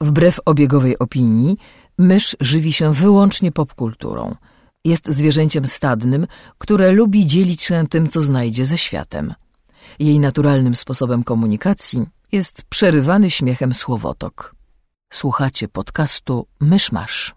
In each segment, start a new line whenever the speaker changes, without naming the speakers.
Wbrew obiegowej opinii, mysz żywi się wyłącznie popkulturą. Jest zwierzęciem stadnym, które lubi dzielić się tym, co znajdzie ze światem. Jej naturalnym sposobem komunikacji jest przerywany śmiechem słowotok. Słuchacie podcastu Myszmasz.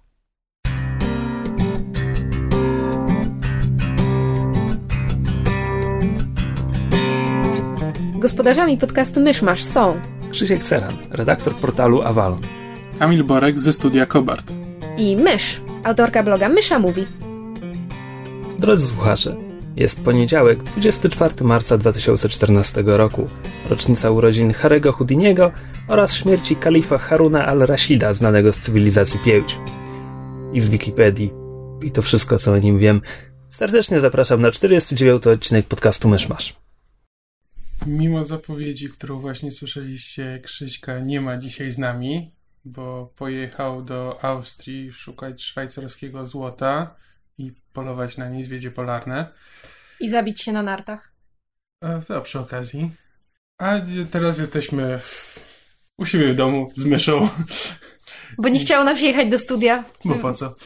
Gospodarzami podcastu Myszmasz są
Krzysiek Ceran, redaktor portalu Avalon,
Kamil Borek ze studia Kobart
i Mysz, autorka bloga Mysza Mówi.
Drodzy słuchacze, jest poniedziałek, 24 marca 2014 roku, rocznica urodzin Harry'ego Houdiniego oraz śmierci kalifa Haruna al-Rashida, znanego z cywilizacji Pięć. I z Wikipedii. I to wszystko, co o nim wiem. Serdecznie zapraszam na 49. odcinek podcastu Myszmasz.
Mimo zapowiedzi, którą właśnie słyszeliście, Krzyśka nie ma dzisiaj z nami, bo pojechał do Austrii szukać szwajcarskiego złota i polować na niedźwiedzie polarne.
I zabić się na nartach.
To przy okazji. A teraz jesteśmy u siebie w domu z myszą.
Bo nie chciało nam się jechać do studia.
Bo po co?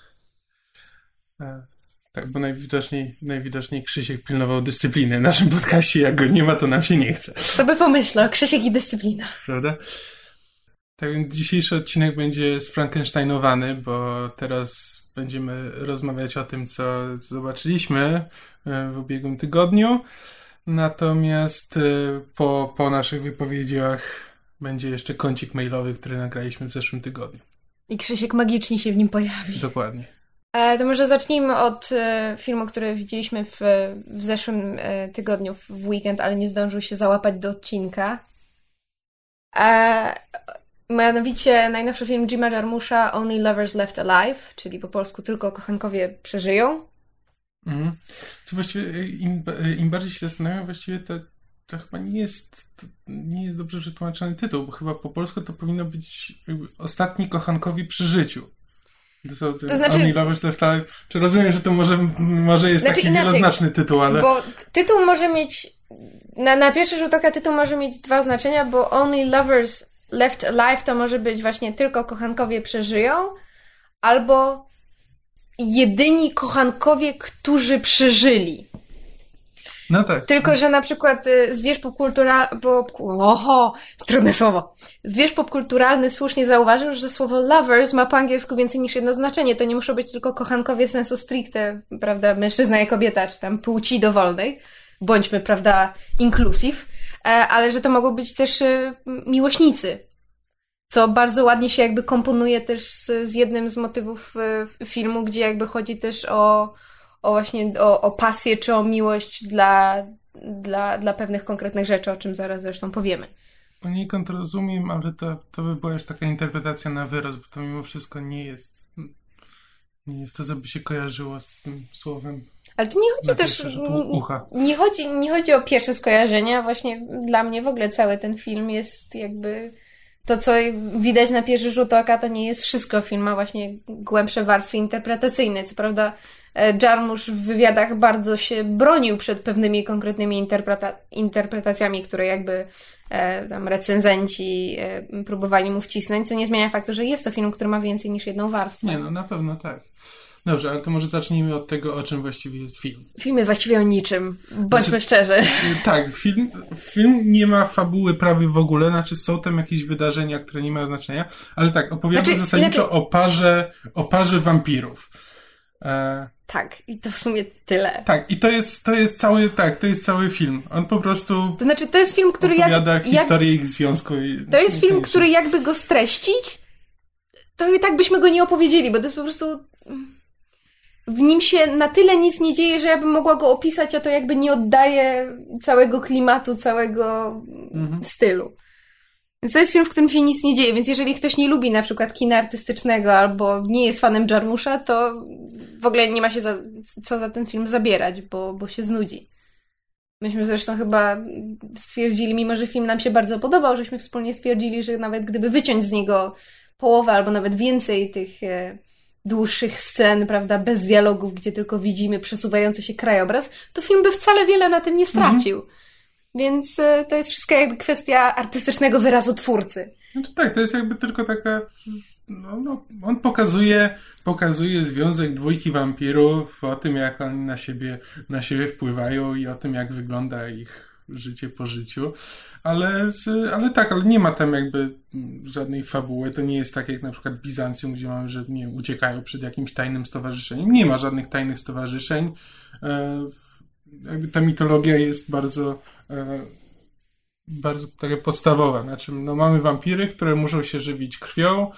Tak, bo najwidoczniej Krzysiek pilnował dyscypliny w naszym podcaście. Jak go nie ma, to nam się nie chce.
To by pomyślał, Krzysiek i dyscyplina.
Prawda? Tak więc dzisiejszy odcinek będzie sfrankensteinowany, bo teraz będziemy rozmawiać o tym, co zobaczyliśmy w ubiegłym tygodniu. Natomiast po naszych wypowiedziach będzie jeszcze kącik mailowy, który nagraliśmy w zeszłym tygodniu.
I Krzysiek magicznie się w nim pojawi.
Dokładnie.
To może zacznijmy od filmu, który widzieliśmy w zeszłym tygodniu, w weekend, ale nie zdążył się załapać do odcinka. Mianowicie najnowszy film Jima Jarmusza Only Lovers Left Alive, czyli po polsku Tylko kochankowie przeżyją.
Co właściwie im bardziej się zastanawiam, właściwie to chyba nie jest dobrze przetłumaczony tytuł, bo chyba po polsku to powinno być Ostatni kochankowie przy życiu. To znaczy, Only Lovers Left Alive. Czy rozumiem, że to może jest taki wieloznaczny tytuł, ale...
Bo tytuł może mieć... Na pierwszy rzut oka tytuł może mieć dwa znaczenia, bo Only Lovers Left Alive to może być właśnie Tylko kochankowie przeżyją, albo Jedyni kochankowie, którzy przeżyli.
No tak.
Tylko, że na przykład zwierz trudne słowo. Zwierz popkulturalny słusznie zauważył, że słowo lovers ma po angielsku więcej niż jedno znaczenie. To nie muszą być tylko kochankowie sensu stricte, prawda, mężczyzna i kobieta, czy tam płci dowolnej. Bądźmy, prawda, inclusive. Ale że to mogą być też miłośnicy. Co bardzo ładnie się jakby komponuje też z jednym z motywów filmu, gdzie jakby chodzi też o pasję czy o miłość dla pewnych konkretnych rzeczy, o czym zaraz zresztą powiemy.
Poniekąd rozumiem, ale to by była już taka interpretacja na wyrost, bo to mimo wszystko nie jest to, co by się kojarzyło z tym słowem.
Ale to nie chodzi też... Nie chodzi o pierwsze skojarzenia. Właśnie dla mnie w ogóle cały ten film jest jakby... To, co widać na pierwszy rzut oka, to nie jest wszystko. Film ma właśnie głębsze warstwy interpretacyjne. Co prawda Jarmusch w wywiadach bardzo się bronił przed pewnymi konkretnymi interpretacjami, które jakby tam recenzenci próbowali mu wcisnąć, co nie zmienia faktu, że jest to film, który ma więcej niż jedną warstwę.
Nie, no na pewno tak. Dobrze, ale to może zacznijmy od tego, o czym właściwie jest film.
Film jest właściwie o niczym. Bądźmy szczerzy. Tak,
film nie ma fabuły prawie w ogóle, znaczy są tam jakieś wydarzenia, które nie mają znaczenia, ale tak, opowiada zasadniczo o parze wampirów.
Tak, i to w sumie tyle.
Tak, i to jest cały film. On po prostu
to znaczy, to jest film, który
opowiada historię ich związku.
To jest film, który jakby go streścić, to i tak byśmy go nie opowiedzieli, bo to jest po prostu... W nim się na tyle nic nie dzieje, że ja bym mogła go opisać, a to jakby nie oddaje całego klimatu, całego stylu. Więc to jest film, w którym się nic nie dzieje, więc jeżeli ktoś nie lubi na przykład kina artystycznego albo nie jest fanem Jarmusza, to w ogóle nie ma się co za ten film zabierać, bo się znudzi. Myśmy zresztą chyba stwierdzili, mimo że film nam się bardzo podobał, żeśmy wspólnie stwierdzili, że nawet gdyby wyciąć z niego połowę albo nawet więcej tych dłuższych scen, prawda, bez dialogów, gdzie tylko widzimy przesuwający się krajobraz, to film by wcale wiele na tym nie stracił. Więc to jest wszystko jakby kwestia artystycznego wyrazu twórcy.
Znaczy tak, to jest jakby tylko taka... on pokazuje związek dwójki wampirów, o tym, jak oni na siebie wpływają i o tym, jak wygląda ich życie po życiu. Ale nie ma tam jakby żadnej fabuły. To nie jest tak jak na przykład Bizancjum, gdzie mamy, że nie wiem, uciekają przed jakimś tajnym stowarzyszeniem. Nie ma żadnych tajnych stowarzyszeń. Jakby ta mitologia jest bardzo taka podstawowa. Znaczy, mamy wampiry, które muszą się żywić krwią,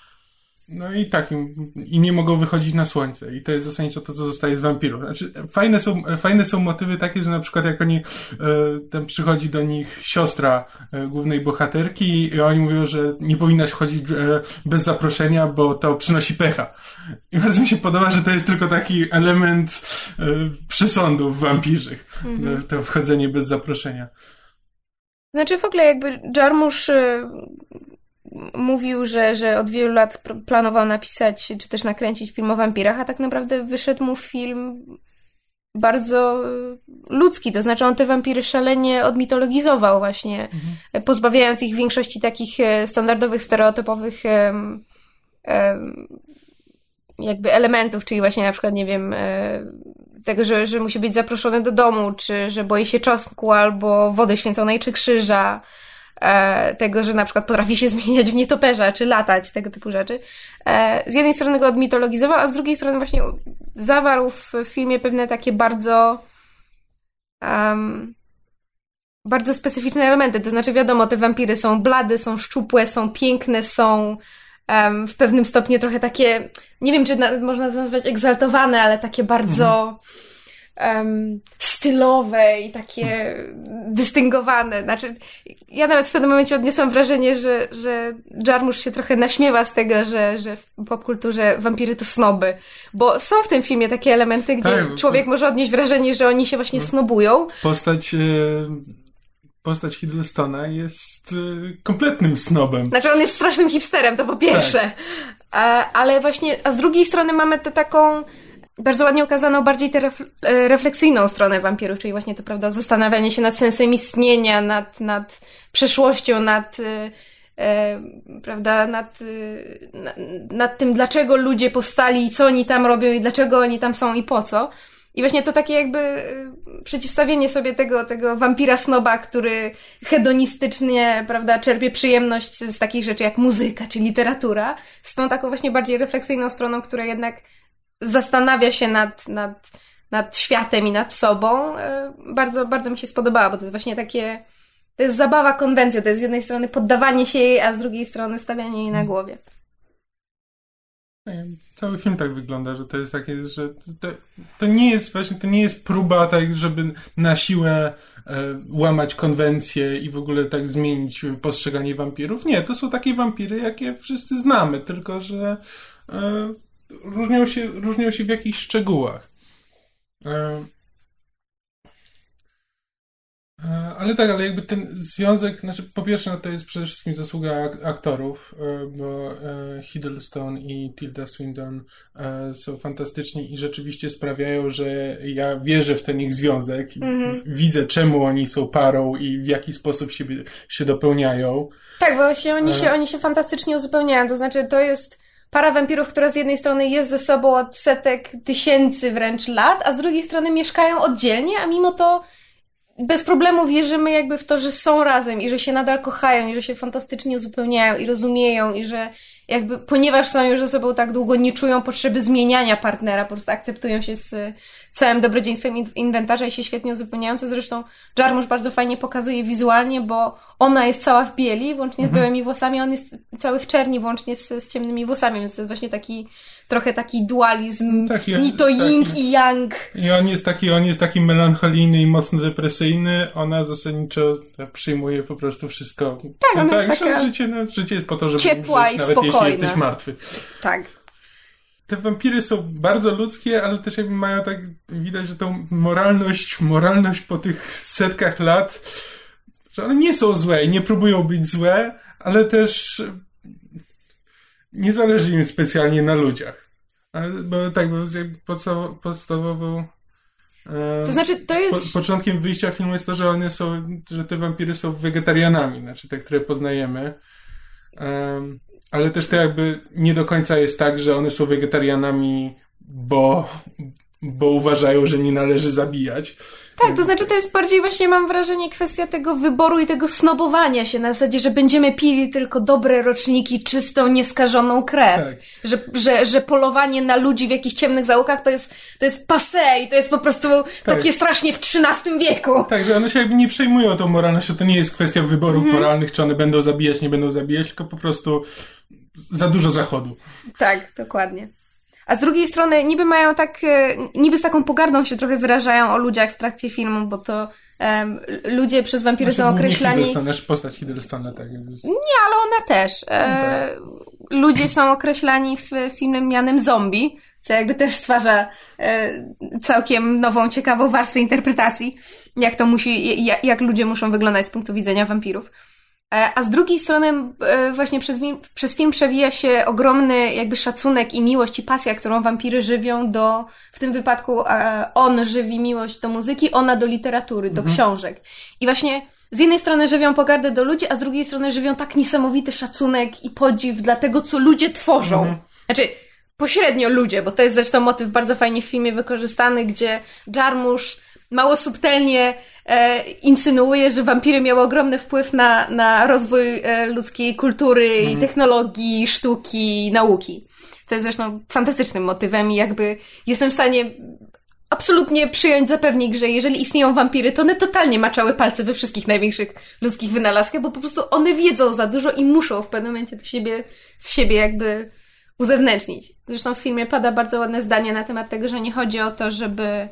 i nie mogą wychodzić na słońce. I to jest zasadniczo to, co zostaje z wampirów. Znaczy, fajne są motywy takie, że na przykład jak oni, tam przychodzi do nich siostra głównej bohaterki i oni mówią, że nie powinnaś wchodzić bez zaproszenia, bo to przynosi pecha. I bardzo mi się podoba, że to jest tylko taki element przesądów wampirzych. To wchodzenie bez zaproszenia.
Znaczy w ogóle jakby Jarmusch mówił, że od wielu lat planował napisać, czy też nakręcić film o wampirach, a tak naprawdę wyszedł mu film bardzo ludzki, to znaczy on te wampiry szalenie odmitologizował właśnie, pozbawiając ich większości takich standardowych, stereotypowych jakby elementów, czyli właśnie na przykład, nie wiem, tego, że musi być zaproszony do domu, czy że boi się czosnku, albo wody święconej, czy krzyża, tego, że na przykład potrafi się zmieniać w nietoperza, czy latać, tego typu rzeczy. Z jednej strony go odmitologizował, a z drugiej strony właśnie zawarł w filmie pewne takie bardzo bardzo specyficzne elementy. To znaczy wiadomo, te wampiry są blade, są szczupłe, są piękne, są w pewnym stopniu trochę takie, nie wiem, czy można to nazwać egzaltowane, ale takie bardzo stylowe i takie dystyngowane. Znaczy, ja nawet w pewnym momencie odniosłam wrażenie, że Jarmusch się trochę naśmiewa z tego, że w popkulturze wampiry to snoby. Bo są w tym filmie takie elementy, gdzie człowiek może odnieść wrażenie, że oni się właśnie snobują.
Postać Hiddlestona jest kompletnym snobem.
Znaczy on jest strasznym hipsterem, to po pierwsze. Tak. Ale właśnie, a z drugiej strony mamy tę taką bardzo ładnie ukazaną bardziej tę refleksyjną stronę wampirów, czyli właśnie to, prawda, zastanawianie się nad sensem istnienia, nad przeszłością, prawda, nad tym, dlaczego ludzie powstali i co oni tam robią i dlaczego oni tam są i po co. I właśnie to takie jakby przeciwstawienie sobie tego wampira snoba, który hedonistycznie, prawda, czerpie przyjemność z takich rzeczy jak muzyka czy literatura, z tą taką właśnie bardziej refleksyjną stroną, która jednak zastanawia się nad światem i nad sobą. Bardzo, bardzo mi się spodobała, bo to jest właśnie takie, to jest zabawa konwencja, to jest z jednej strony poddawanie się jej, a z drugiej strony stawianie jej na głowie.
Cały film tak wygląda, że to jest takie, że to nie jest właśnie, to nie jest próba tak, żeby na siłę łamać konwencje i w ogóle tak zmienić postrzeganie wampirów. Nie, to są takie wampiry, jakie wszyscy znamy, tylko że różnią się w jakichś szczegółach. Ale jakby ten związek, znaczy po pierwsze to jest przede wszystkim zasługa aktorów, bo Hiddleston i Tilda Swinton są fantastyczni i rzeczywiście sprawiają, że ja wierzę w ten ich związek. Widzę, czemu oni są parą i w jaki sposób się dopełniają.
Tak, bo oni się fantastycznie uzupełniają, to znaczy to jest para wampirów, która z jednej strony jest ze sobą od setek tysięcy wręcz lat, a z drugiej strony mieszkają oddzielnie, a mimo to bez problemu wierzymy jakby w to, że są razem i że się nadal kochają i że się fantastycznie uzupełniają i rozumieją i że jakby, ponieważ są już ze sobą tak długo, nie czują potrzeby zmieniania partnera, po prostu akceptują się z całym dobrodziejstwem inwentarza i się świetnie uzupełniają, co zresztą Jarmusch bardzo fajnie pokazuje wizualnie, bo ona jest cała w bieli, włącznie z białymi włosami, a on jest cały w czerni, włącznie z ciemnymi włosami, więc to jest właśnie trochę taki dualizm, ni to yin i yang.
I on jest taki melancholijny i mocno depresyjny, ona zasadniczo przyjmuje po prostu wszystko.
Tak, ona jest taka
życie jest po to, żeby
ciepła
żyć,
i
nawet
spokojna.
jeśli jesteś martwy.
Tak.
Te wampiry są bardzo ludzkie, ale też jakby mają tak, widać, że tą moralność po tych setkach lat, że one nie są złe i nie próbują być złe, ale też nie zależy im specjalnie na ludziach. Bo podstawową
To znaczy, to jest...
Początkiem wyjścia filmu jest to, że te wampiry są wegetarianami, znaczy te, które poznajemy. Ale też to jakby nie do końca jest tak, że one są wegetarianami, bo uważają, że nie należy zabijać.
Tak, to znaczy to jest bardziej właśnie, mam wrażenie, kwestia tego wyboru i tego snobowania się na zasadzie, że będziemy pili tylko dobre roczniki, czystą, nieskażoną krew. Tak. Że polowanie na ludzi w jakichś ciemnych zaułkach to jest passé i to jest po prostu takie strasznie w XIII wieku.
Tak, że one się jakby nie przejmują tą moralnością. To nie jest kwestia wyborów moralnych, czy one będą zabijać, nie będą zabijać, tylko po prostu za dużo zachodu.
Tak, dokładnie. A z drugiej strony niby z taką pogardą się trochę wyrażają o ludziach w trakcie filmu, bo to ludzie przez wampiry są określani...
Postać Hiddlestona, tak.
Nie, ale ona też. Ludzie są określani w filmie mianem zombie, co jakby też stwarza całkiem nową, ciekawą warstwę interpretacji, jak ludzie muszą wyglądać z punktu widzenia wampirów. A z drugiej strony właśnie przez film przewija się ogromny jakby szacunek i miłość i pasja, którą wampiry żywią w tym wypadku on żywi miłość do muzyki, ona do literatury, do książek. I właśnie z jednej strony żywią pogardę do ludzi, a z drugiej strony żywią tak niesamowity szacunek i podziw dla tego, co ludzie tworzą. Znaczy, pośrednio ludzie, bo to jest zresztą motyw bardzo fajnie w filmie wykorzystany, gdzie Jarmusch mało subtelnie insynuuje, że wampiry miały ogromny wpływ na rozwój ludzkiej kultury i technologii, sztuki, nauki. Co jest zresztą fantastycznym motywem i jakby jestem w stanie absolutnie przyjąć za pewnik, że jeżeli istnieją wampiry, to one totalnie maczały palce we wszystkich największych ludzkich wynalazkach, bo po prostu one wiedzą za dużo i muszą w pewnym momencie z siebie jakby uzewnętrznić. Zresztą w filmie pada bardzo ładne zdanie na temat tego, że nie chodzi o to, żeby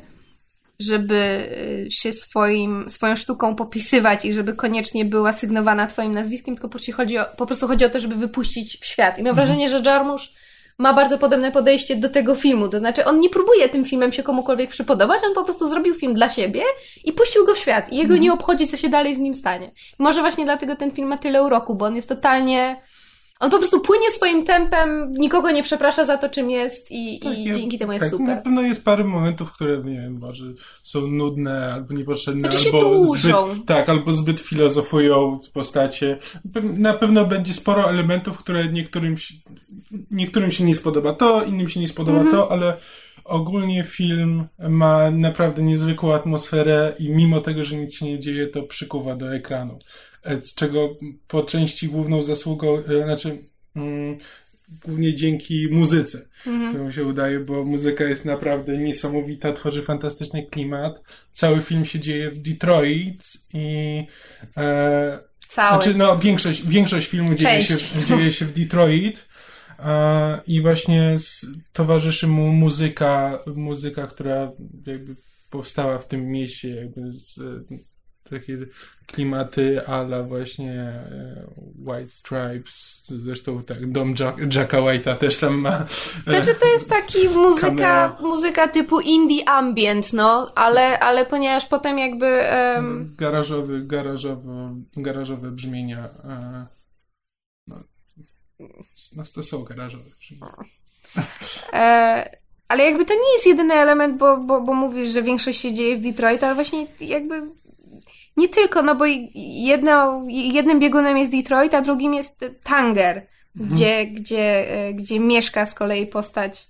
się swoją sztuką popisywać i żeby koniecznie była sygnowana twoim nazwiskiem, tylko po prostu chodzi o to, żeby wypuścić w świat. I mam wrażenie, że Jarmusch ma bardzo podobne podejście do tego filmu. To znaczy, on nie próbuje tym filmem się komukolwiek przypodobać, on po prostu zrobił film dla siebie i puścił go w świat. I jego nie obchodzi, co się dalej z nim stanie. I może właśnie dlatego ten film ma tyle uroku, bo on jest totalnie... On po prostu płynie swoim tempem, nikogo nie przeprasza za to, czym jest i dzięki temu jest super.
Na pewno jest parę momentów, które, nie wiem, może są nudne albo niepotrzebne, albo zbyt filozofują w postacie. Na pewno będzie sporo elementów, które niektórym się nie spodoba to, innym się nie spodoba to, ale ogólnie film ma naprawdę niezwykłą atmosferę i mimo tego, że nic się nie dzieje, to przykuwa do ekranu. Z czego po części główną zasługą, głównie dzięki muzyce, którą się udaje, bo muzyka jest naprawdę niesamowita, tworzy fantastyczny klimat. Cały film się dzieje w Detroit i większość filmu dzieje się w Detroit. I właśnie towarzyszy mu muzyka, która jakby powstała w tym mieście, jakby takie klimaty a la właśnie White Stripes, zresztą tak, dom Jacka White'a też tam ma.
Znaczy to jest taki muzyka typu indie ambient, no, ale ponieważ potem jakby
garażowe brzmienia to są garażowe brzmienia.
Ale jakby to nie jest jedyny element, bo mówisz, że większość się dzieje w Detroit, ale właśnie jakby nie tylko, no bo jednym biegunem jest Detroit, a drugim jest Tanger, gdzie mieszka z kolei postać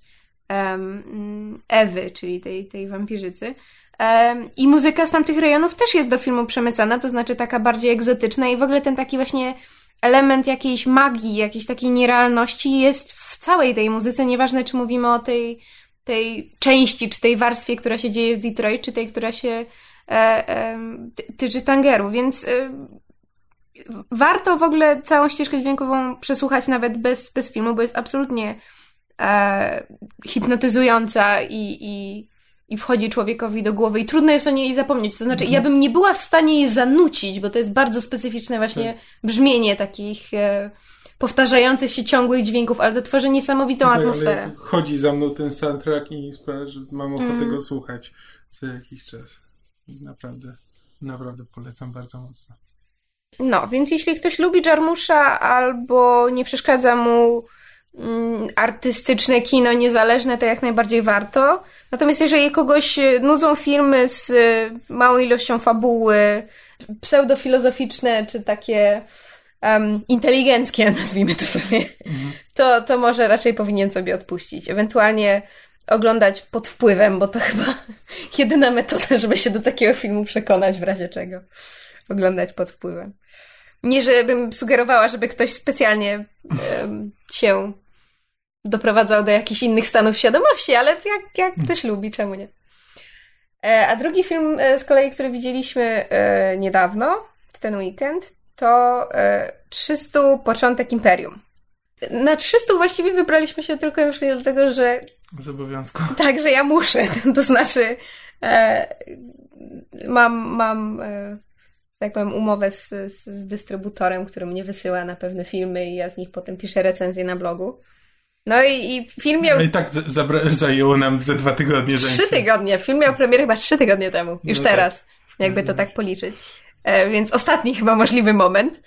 Ewy, czyli tej wampirzycy. I muzyka z tamtych rejonów też jest do filmu przemycana, to znaczy taka bardziej egzotyczna i w ogóle ten taki właśnie element jakiejś magii, jakiejś takiej nierealności jest w całej tej muzyce, nieważne czy mówimy o tej części, czy tej warstwie, która się dzieje w Detroit, czy tej, która się tyczy Tangeru, więc warto w ogóle całą ścieżkę dźwiękową przesłuchać nawet bez filmu, bo jest absolutnie hipnotyzująca i wchodzi człowiekowi do głowy i trudno jest o niej zapomnieć. To znaczy, ja bym nie była w stanie jej zanucić, bo to jest bardzo specyficzne właśnie brzmienie takich powtarzających się ciągłych dźwięków, ale to tworzy niesamowitą atmosferę.
Ale chodzi za mną ten soundtrack i sprawia, że mam ochotę go słuchać co jakiś czas. I naprawdę polecam bardzo mocno.
No, więc jeśli ktoś lubi Jarmusza albo nie przeszkadza mu artystyczne kino niezależne, to jak najbardziej warto. Natomiast jeżeli kogoś nudzą filmy z małą ilością fabuły, pseudofilozoficzne, czy takie inteligenckie, nazwijmy to sobie, to może raczej powinien sobie odpuścić. Ewentualnie oglądać pod wpływem, bo to chyba jedyna metoda, żeby się do takiego filmu przekonać, w razie czego. Oglądać pod wpływem. Nie, żebym sugerowała, żeby ktoś specjalnie się doprowadzał do jakichś innych stanów świadomości, ale jak ktoś lubi, czemu nie? A drugi film z kolei, który widzieliśmy niedawno, w ten weekend, to 300 Początek Imperium. Na 300 właściwie wybraliśmy się tylko już nie dlatego, że...
Z obowiązku.
Tak, że ja muszę. To znaczy mam tak powiem, umowę z dystrybutorem, który mnie wysyła na pewne filmy i ja z nich potem piszę recenzję na blogu. No i film miał...
No i tak zajęło nam ze 2 tygodnie.
3 tygodnie. Film miał premierę chyba 3 tygodnie temu. Już no teraz. Tak. Jakby to tak policzyć. Więc ostatni chyba możliwy moment.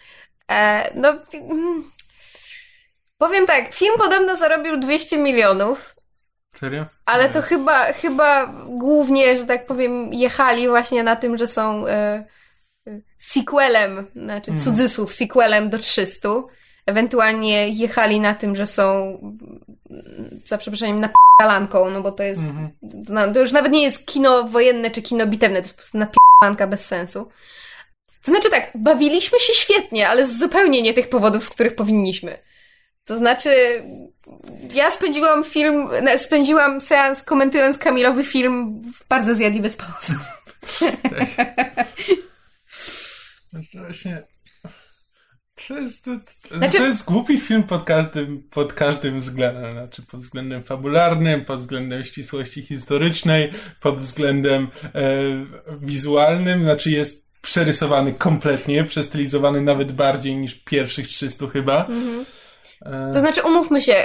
Powiem tak, film podobno zarobił 200 milionów.
Serio?
Ale to chyba głównie, że tak powiem, jechali właśnie na tym, że są sequelem, znaczy cudzysłów, sequelem do 300. Ewentualnie jechali na tym, że są za przeproszeniem napierdalanką, no bo to jest to już nawet nie jest kino wojenne czy kino bitewne, to jest po prostu napierdalanka bez sensu. To znaczy tak, bawiliśmy się świetnie, ale z zupełnie nie tych powodów, z których powinniśmy. To znaczy, ja spędziłam seans komentując Kamilowy film w bardzo zjadliwy sposób.
Tak. Znaczy właśnie... To jest głupi film pod każdym względem. Znaczy pod względem fabularnym, pod względem ścisłości historycznej, pod względem wizualnym. Znaczy jest przerysowany kompletnie, przestylizowany nawet bardziej niż pierwszych 300 chyba.
To znaczy, umówmy się,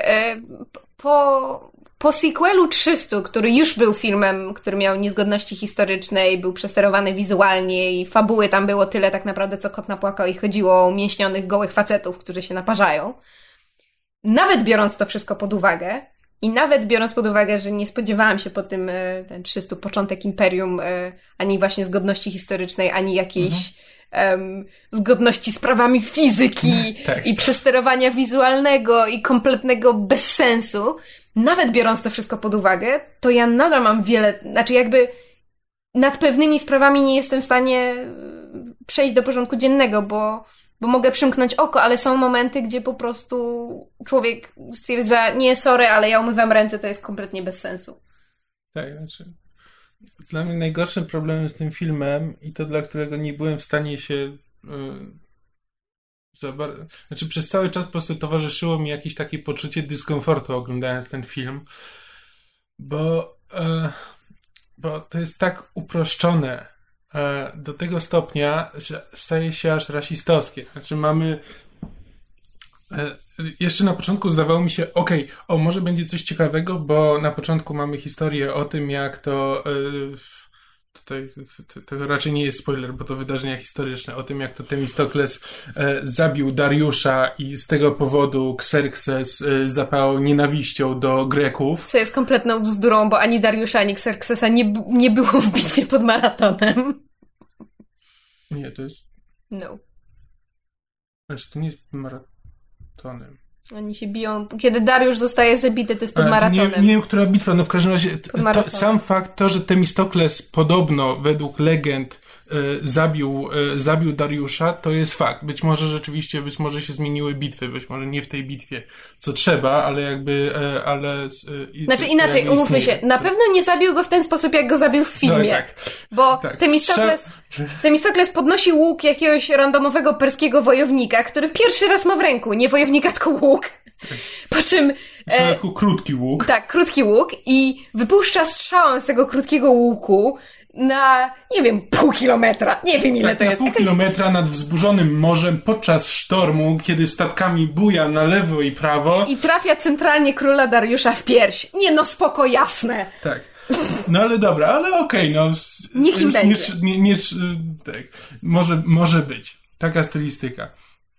po sequelu 300, który już był filmem, który miał niezgodności historyczne i był przesterowany wizualnie i fabuły tam było tyle tak naprawdę, co kot napłakał i chodziło o umięśnionych, gołych facetów, którzy się naparzają. Nawet biorąc to wszystko pod uwagę i nawet biorąc pod uwagę, że nie spodziewałam się po tym ten 300 Początek Imperium ani właśnie zgodności historycznej, ani jakiejś zgodności z prawami fizyki
tak.
I przesterowania wizualnego i kompletnego bezsensu, nawet biorąc to wszystko pod uwagę, to ja nadal mam znaczy jakby nad pewnymi sprawami nie jestem w stanie przejść do porządku dziennego, bo mogę przymknąć oko, ale są momenty, gdzie po prostu człowiek stwierdza, nie, sorry, ale ja umywam ręce, to jest kompletnie bez sensu.
Tak, znaczy dla mnie najgorszym problemem z tym filmem i to, dla którego nie byłem w stanie się znaczy przez cały czas po prostu towarzyszyło mi jakieś takie poczucie dyskomfortu oglądając ten film, bo to jest tak uproszczone do tego stopnia, że staje się aż rasistowskie. Znaczy mamy jeszcze na początku zdawało mi się, może będzie coś ciekawego, bo na początku mamy historię o tym, jak to tutaj to raczej nie jest spoiler, bo to wydarzenia historyczne, o tym, jak to Temistokles zabił Dariusza i z tego powodu Xerxes zapał nienawiścią do Greków.
Co jest kompletną bzdurą, bo ani Dariusza, ani Xerxesa nie było w bitwie pod Maratonem.
Nie, to jest...
No.
Znaczy, to nie jest maratonem.
Oni się biją. Kiedy Dariusz zostaje zabity, to jest pod Maratonem.
Nie wiem, która bitwa, no w każdym razie sam fakt, to, że Temistokles podobno według legend zabił Dariusza, to jest fakt. Być może rzeczywiście, się zmieniły bitwy, być może nie w tej bitwie, co trzeba, ale jakby,
znaczy inaczej, umówmy się, na pewno nie zabił go w ten sposób, jak go zabił w filmie.
No, tak.
Bo tak. Temistokles podnosi łuk jakiegoś randomowego perskiego wojownika, który pierwszy raz ma w ręku, nie wojownika, tylko łuk. Po czym...
W przypadku krótki łuk.
Tak, krótki łuk i wypuszcza strzałę z tego krótkiego łuku na, nie wiem, pół kilometra. Nie wiem, ile to jest.
Pół kilometra nad wzburzonym morzem podczas sztormu, kiedy statkami buja na lewo i prawo.
I trafia centralnie króla Dariusza w pierś. Nie no, spoko, jasne.
Tak. No ale dobra, ale okej, no.
Niech im będzie.
Tak. Może być. Taka stylistyka.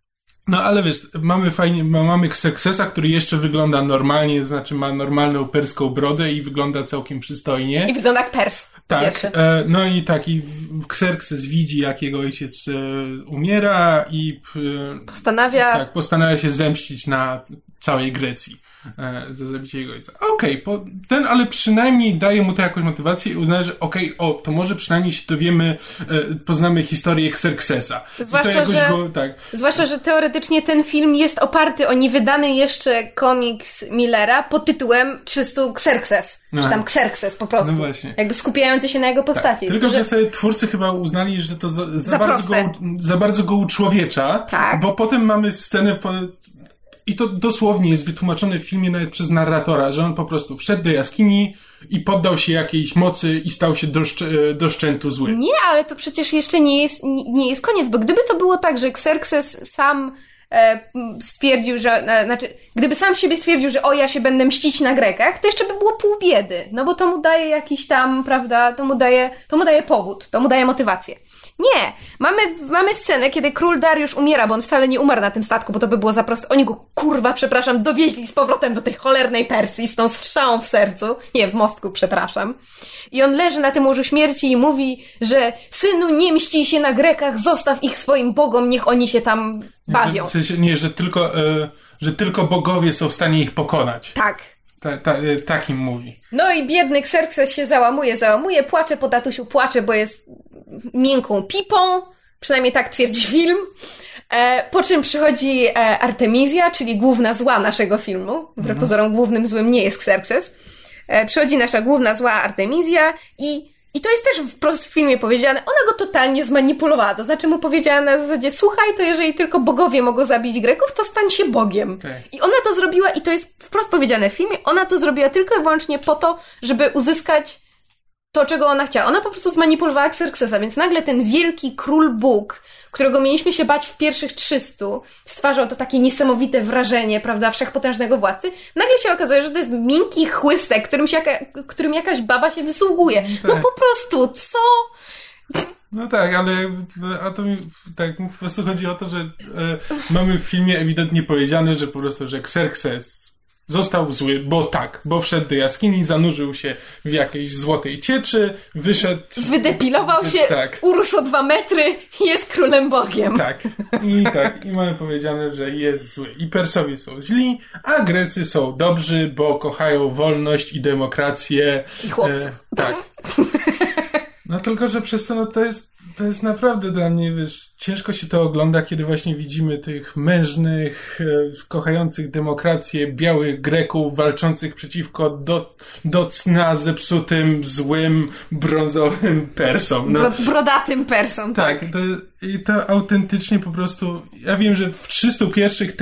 No ale wiesz, mamy Xerxesa, który jeszcze wygląda normalnie, znaczy ma normalną perską brodę i wygląda całkiem przystojnie.
I wygląda jak Pers.
Tak, no i tak, i Xerxes widzi, jak jego ojciec umiera i postanawia się zemścić na całej Grecji za zabicie jego ojca. Okej, ale przynajmniej daje mu to jakąś motywację i uznaje, że to może przynajmniej się dowiemy, poznamy historię Xerxesa.
Zwłaszcza, że teoretycznie ten film jest oparty o niewydany jeszcze komiks Millera pod tytułem 300 Xerxes. Czy tam Xerxes po prostu.
No właśnie.
Jakby skupiający się na jego postaci.
Tak. Tylko, że sobie twórcy chyba uznali, że to za bardzo go uczłowiecza,
tak.
Bo potem mamy scenę i to dosłownie jest wytłumaczone w filmie nawet przez narratora, że on po prostu wszedł do jaskini i poddał się jakiejś mocy i stał się do szczętu zły.
Nie, ale to przecież jeszcze nie jest koniec, bo gdyby to było tak, że Xerxes sam stwierdził, że, gdyby sam siebie stwierdził, że ja się będę mścić na Grekach, to jeszcze by było pół biedy, no bo to mu daje jakiś tam, prawda, to mu daje powód, to mu daje motywację. Nie! Mamy scenę, kiedy król Dariusz umiera, bo on wcale nie umarł na tym statku, bo to by było za proste. Oni go, dowieźli z powrotem do tej cholernej Persji z tą strzałą w sercu. Nie, w mostku, przepraszam. I on leży na tym łożu śmierci i mówi, że synu, nie mścij się na Grekach, zostaw ich swoim bogom, niech oni się tam bawią.
W sensie, nie, że tylko bogowie są w stanie ich pokonać.
Tak.
Tak im mówi.
No i biedny Xerxes się załamuje, płacze po tatusiu, bo jest miękką pipą, przynajmniej tak twierdzi film, po czym przychodzi Artemizja, czyli główna zła naszego filmu, wbrew pozorom głównym złym nie jest Xerxes, przychodzi nasza główna zła Artemizja i to jest też wprost w filmie powiedziane, ona go totalnie zmanipulowała, to znaczy mu powiedziała na zasadzie, słuchaj, to jeżeli tylko bogowie mogą zabić Greków, to stań się Bogiem.
Tak.
I ona to zrobiła, i to jest wprost powiedziane w filmie, ona to zrobiła tylko i wyłącznie po to, żeby uzyskać to, czego ona chciała. Ona po prostu zmanipulowała Xerxesa, więc nagle ten wielki król Bóg, którego mieliśmy się bać w pierwszych 300, stwarzał to takie niesamowite wrażenie, prawda, wszechpotężnego władcy. Nagle się okazuje, że to jest miękki chłystek, którym jakaś baba się wysługuje. No po prostu, co?
No tak, ale a to mi tak po prostu chodzi o to, że mamy w filmie ewidentnie powiedziane, że po prostu, że Xerxes został zły, bo wszedł do jaskini, zanurzył się w jakiejś złotej cieczy, wyszedł...
Wydepilował się, urósł o 2 metry i jest królem Bogiem.
I mamy powiedziane, że jest zły. I Persowie są źli, a Grecy są dobrzy, bo kochają wolność i demokrację.
I chłopców.
Tak. No tylko, że przez to, to jest naprawdę dla mnie, wiesz, ciężko się to ogląda, kiedy właśnie widzimy tych mężnych, kochających demokrację, białych Greków, walczących przeciwko do cna zepsutym, złym, brązowym Persom. No,
brodatym Persom, tak.
I to autentycznie po prostu, ja wiem, że w 301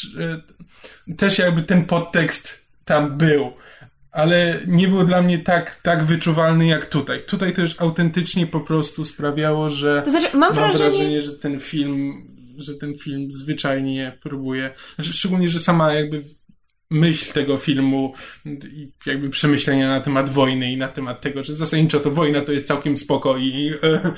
też jakby ten podtekst tam był. Ale nie był dla mnie tak wyczuwalny jak tutaj. Tutaj to już autentycznie po prostu sprawiało, że
to znaczy, mam wrażenie,
że ten film zwyczajnie próbuje, szczególnie, że sama jakby myśl tego filmu i jakby przemyślenia na temat wojny i na temat tego, że zasadniczo to wojna to jest całkiem spoko i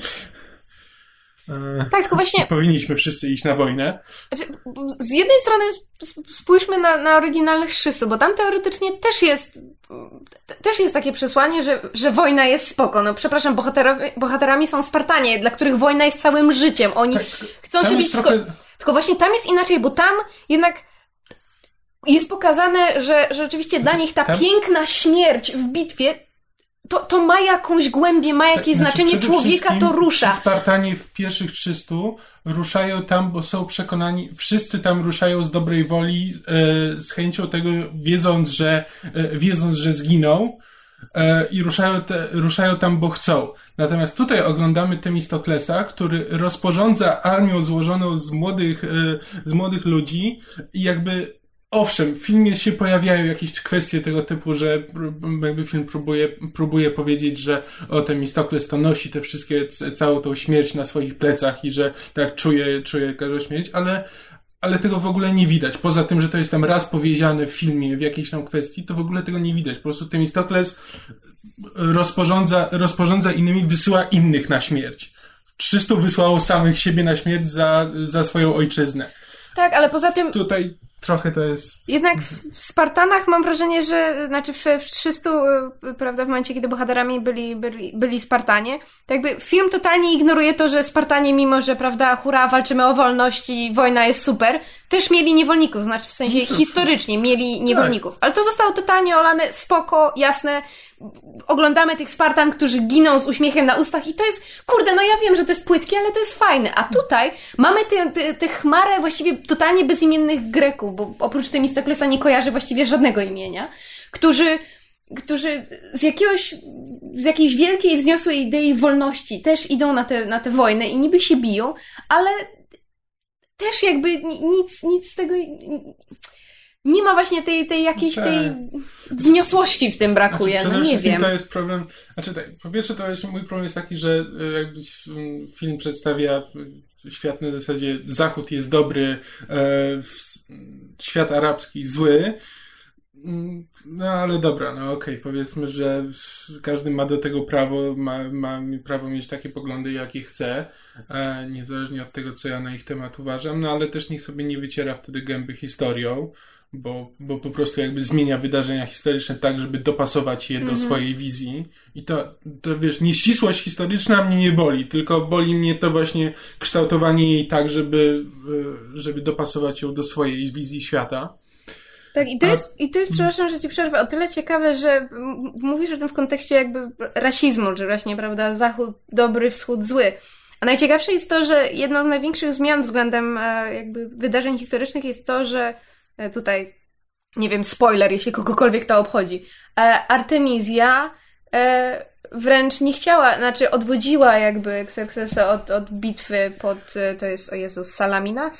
tak, tylko właśnie
powinniśmy wszyscy iść na wojnę.
Znaczy, z jednej strony spójrzmy na oryginalnych 300, bo tam teoretycznie też jest takie przesłanie, że wojna jest spoko. No przepraszam, bohaterami są Spartanie, dla których wojna jest całym życiem. Oni chcą się bić tylko właśnie tam jest inaczej, bo tam jednak jest pokazane, że rzeczywiście dla nich ta piękna śmierć w bitwie to ma jakąś głębię, ma jakieś znaczenie, człowieka to rusza.
Spartanie w pierwszych 300 ruszają tam, bo są przekonani, wszyscy tam ruszają z dobrej woli, z chęcią tego, wiedząc, że zginą i ruszają tam, bo chcą. Natomiast tutaj oglądamy Temistoklesa, który rozporządza armią złożoną z młodych ludzi i jakby owszem, w filmie się pojawiają jakieś kwestie tego typu, że jakby film próbuje powiedzieć, że Temistokles to nosi te wszystkie, całą tą śmierć na swoich plecach i że tak czuje każdą śmierć, ale tego w ogóle nie widać. Poza tym, że to jest tam raz powiedziane w filmie w jakiejś tam kwestii, to w ogóle tego nie widać. Po prostu Temistokles rozporządza innymi, wysyła innych na śmierć. 300 wysłało samych siebie na śmierć za swoją ojczyznę.
Tak, ale poza tym...
Tutaj trochę to jest...
Jednak w Spartanach mam wrażenie, że znaczy w 300, prawda, w momencie, kiedy bohaterami byli Spartanie, to jakby film totalnie ignoruje to, że Spartanie, mimo że, prawda, hurra, walczymy o wolność i wojna jest super, też mieli niewolników, znaczy w sensie historycznie mieli niewolników. Tak. Ale to zostało totalnie olane, spoko, jasne. Oglądamy tych Spartan, którzy giną z uśmiechem na ustach i to jest, kurde, no ja wiem, że to jest płytkie, ale to jest fajne. A tutaj mamy tę chmarę właściwie totalnie bezimiennych Greków, bo oprócz Temistoklesa nie kojarzę właściwie żadnego imienia, którzy z jakiejś wielkiej, wzniosłej idei wolności też idą na tę wojnę i niby się biją, ale też jakby nic z tego... Nie ma właśnie tej jakiejś tej wzniosłości w tym brakuje,
znaczy,
no nie wiem.
To jest problem, znaczy tak, po pierwsze to jest, mój problem jest taki, że jakby film przedstawia świat na zasadzie Zachód jest dobry, świat arabski zły, no ale dobra, no okej, powiedzmy, że każdy ma do tego prawo, ma prawo mieć takie poglądy, jakie chce, niezależnie od tego, co ja na ich temat uważam, no ale też niech sobie nie wyciera wtedy gęby historią, bo po prostu jakby zmienia wydarzenia historyczne tak, żeby dopasować je do swojej wizji. I to wiesz, nieścisłość historyczna mnie nie boli, tylko boli mnie to właśnie kształtowanie jej tak, żeby dopasować ją do swojej wizji świata.
Tak, i to jest, przepraszam, że ci przerwę, o tyle ciekawe, że mówisz o tym w kontekście jakby rasizmu, że właśnie, prawda, Zachód dobry, Wschód zły. A najciekawsze jest to, że jedną z największych zmian względem jakby wydarzeń historycznych jest to, że tutaj, nie wiem, spoiler, jeśli kogokolwiek to obchodzi, Artemizja wręcz nie chciała, znaczy odwodziła jakby Xerxesa od bitwy pod, to jest, o Jezus, Salaminą.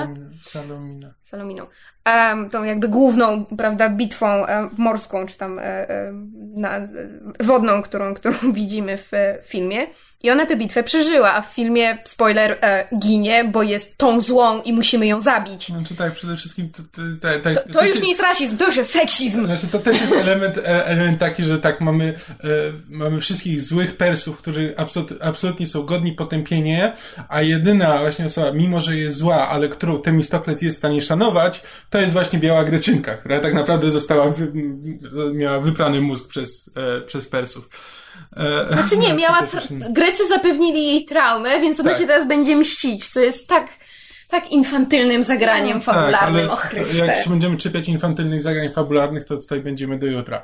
Tą jakby główną, prawda, bitwą morską, czy tam wodną, którą widzimy w filmie. I ona tę bitwę przeżyła, a w filmie, spoiler, ginie, bo jest tą złą i musimy ją zabić.
No to tak, przede wszystkim
to już nie jest rasizm, to już jest seksizm.
Znaczy, to też jest element taki, że tak, mamy wszystkich złych Persów, którzy absolutnie są godni potępienia, a jedyna właśnie osoba, mimo że jest zła, ale którą Temistokles jest w stanie szanować, to jest właśnie biała Greczynka, która tak naprawdę miała wyprany mózg przez Persów.
Znaczy nie, Grecy zapewnili jej traumę, więc ona się teraz będzie mścić, co jest tak infantylnym zagraniem fabularnym,
tak,
o Chryste.
Jak się będziemy czepiać infantylnych zagrań fabularnych, to tutaj będziemy do jutra.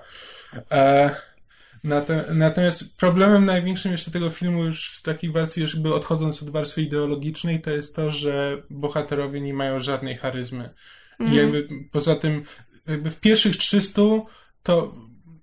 Natomiast problemem największym jeszcze tego filmu, już w takiej warstwie, już jakby odchodząc od warstwy ideologicznej, to jest to, że bohaterowie nie mają żadnej charyzmy. I jakby poza tym, jakby w pierwszych 300 to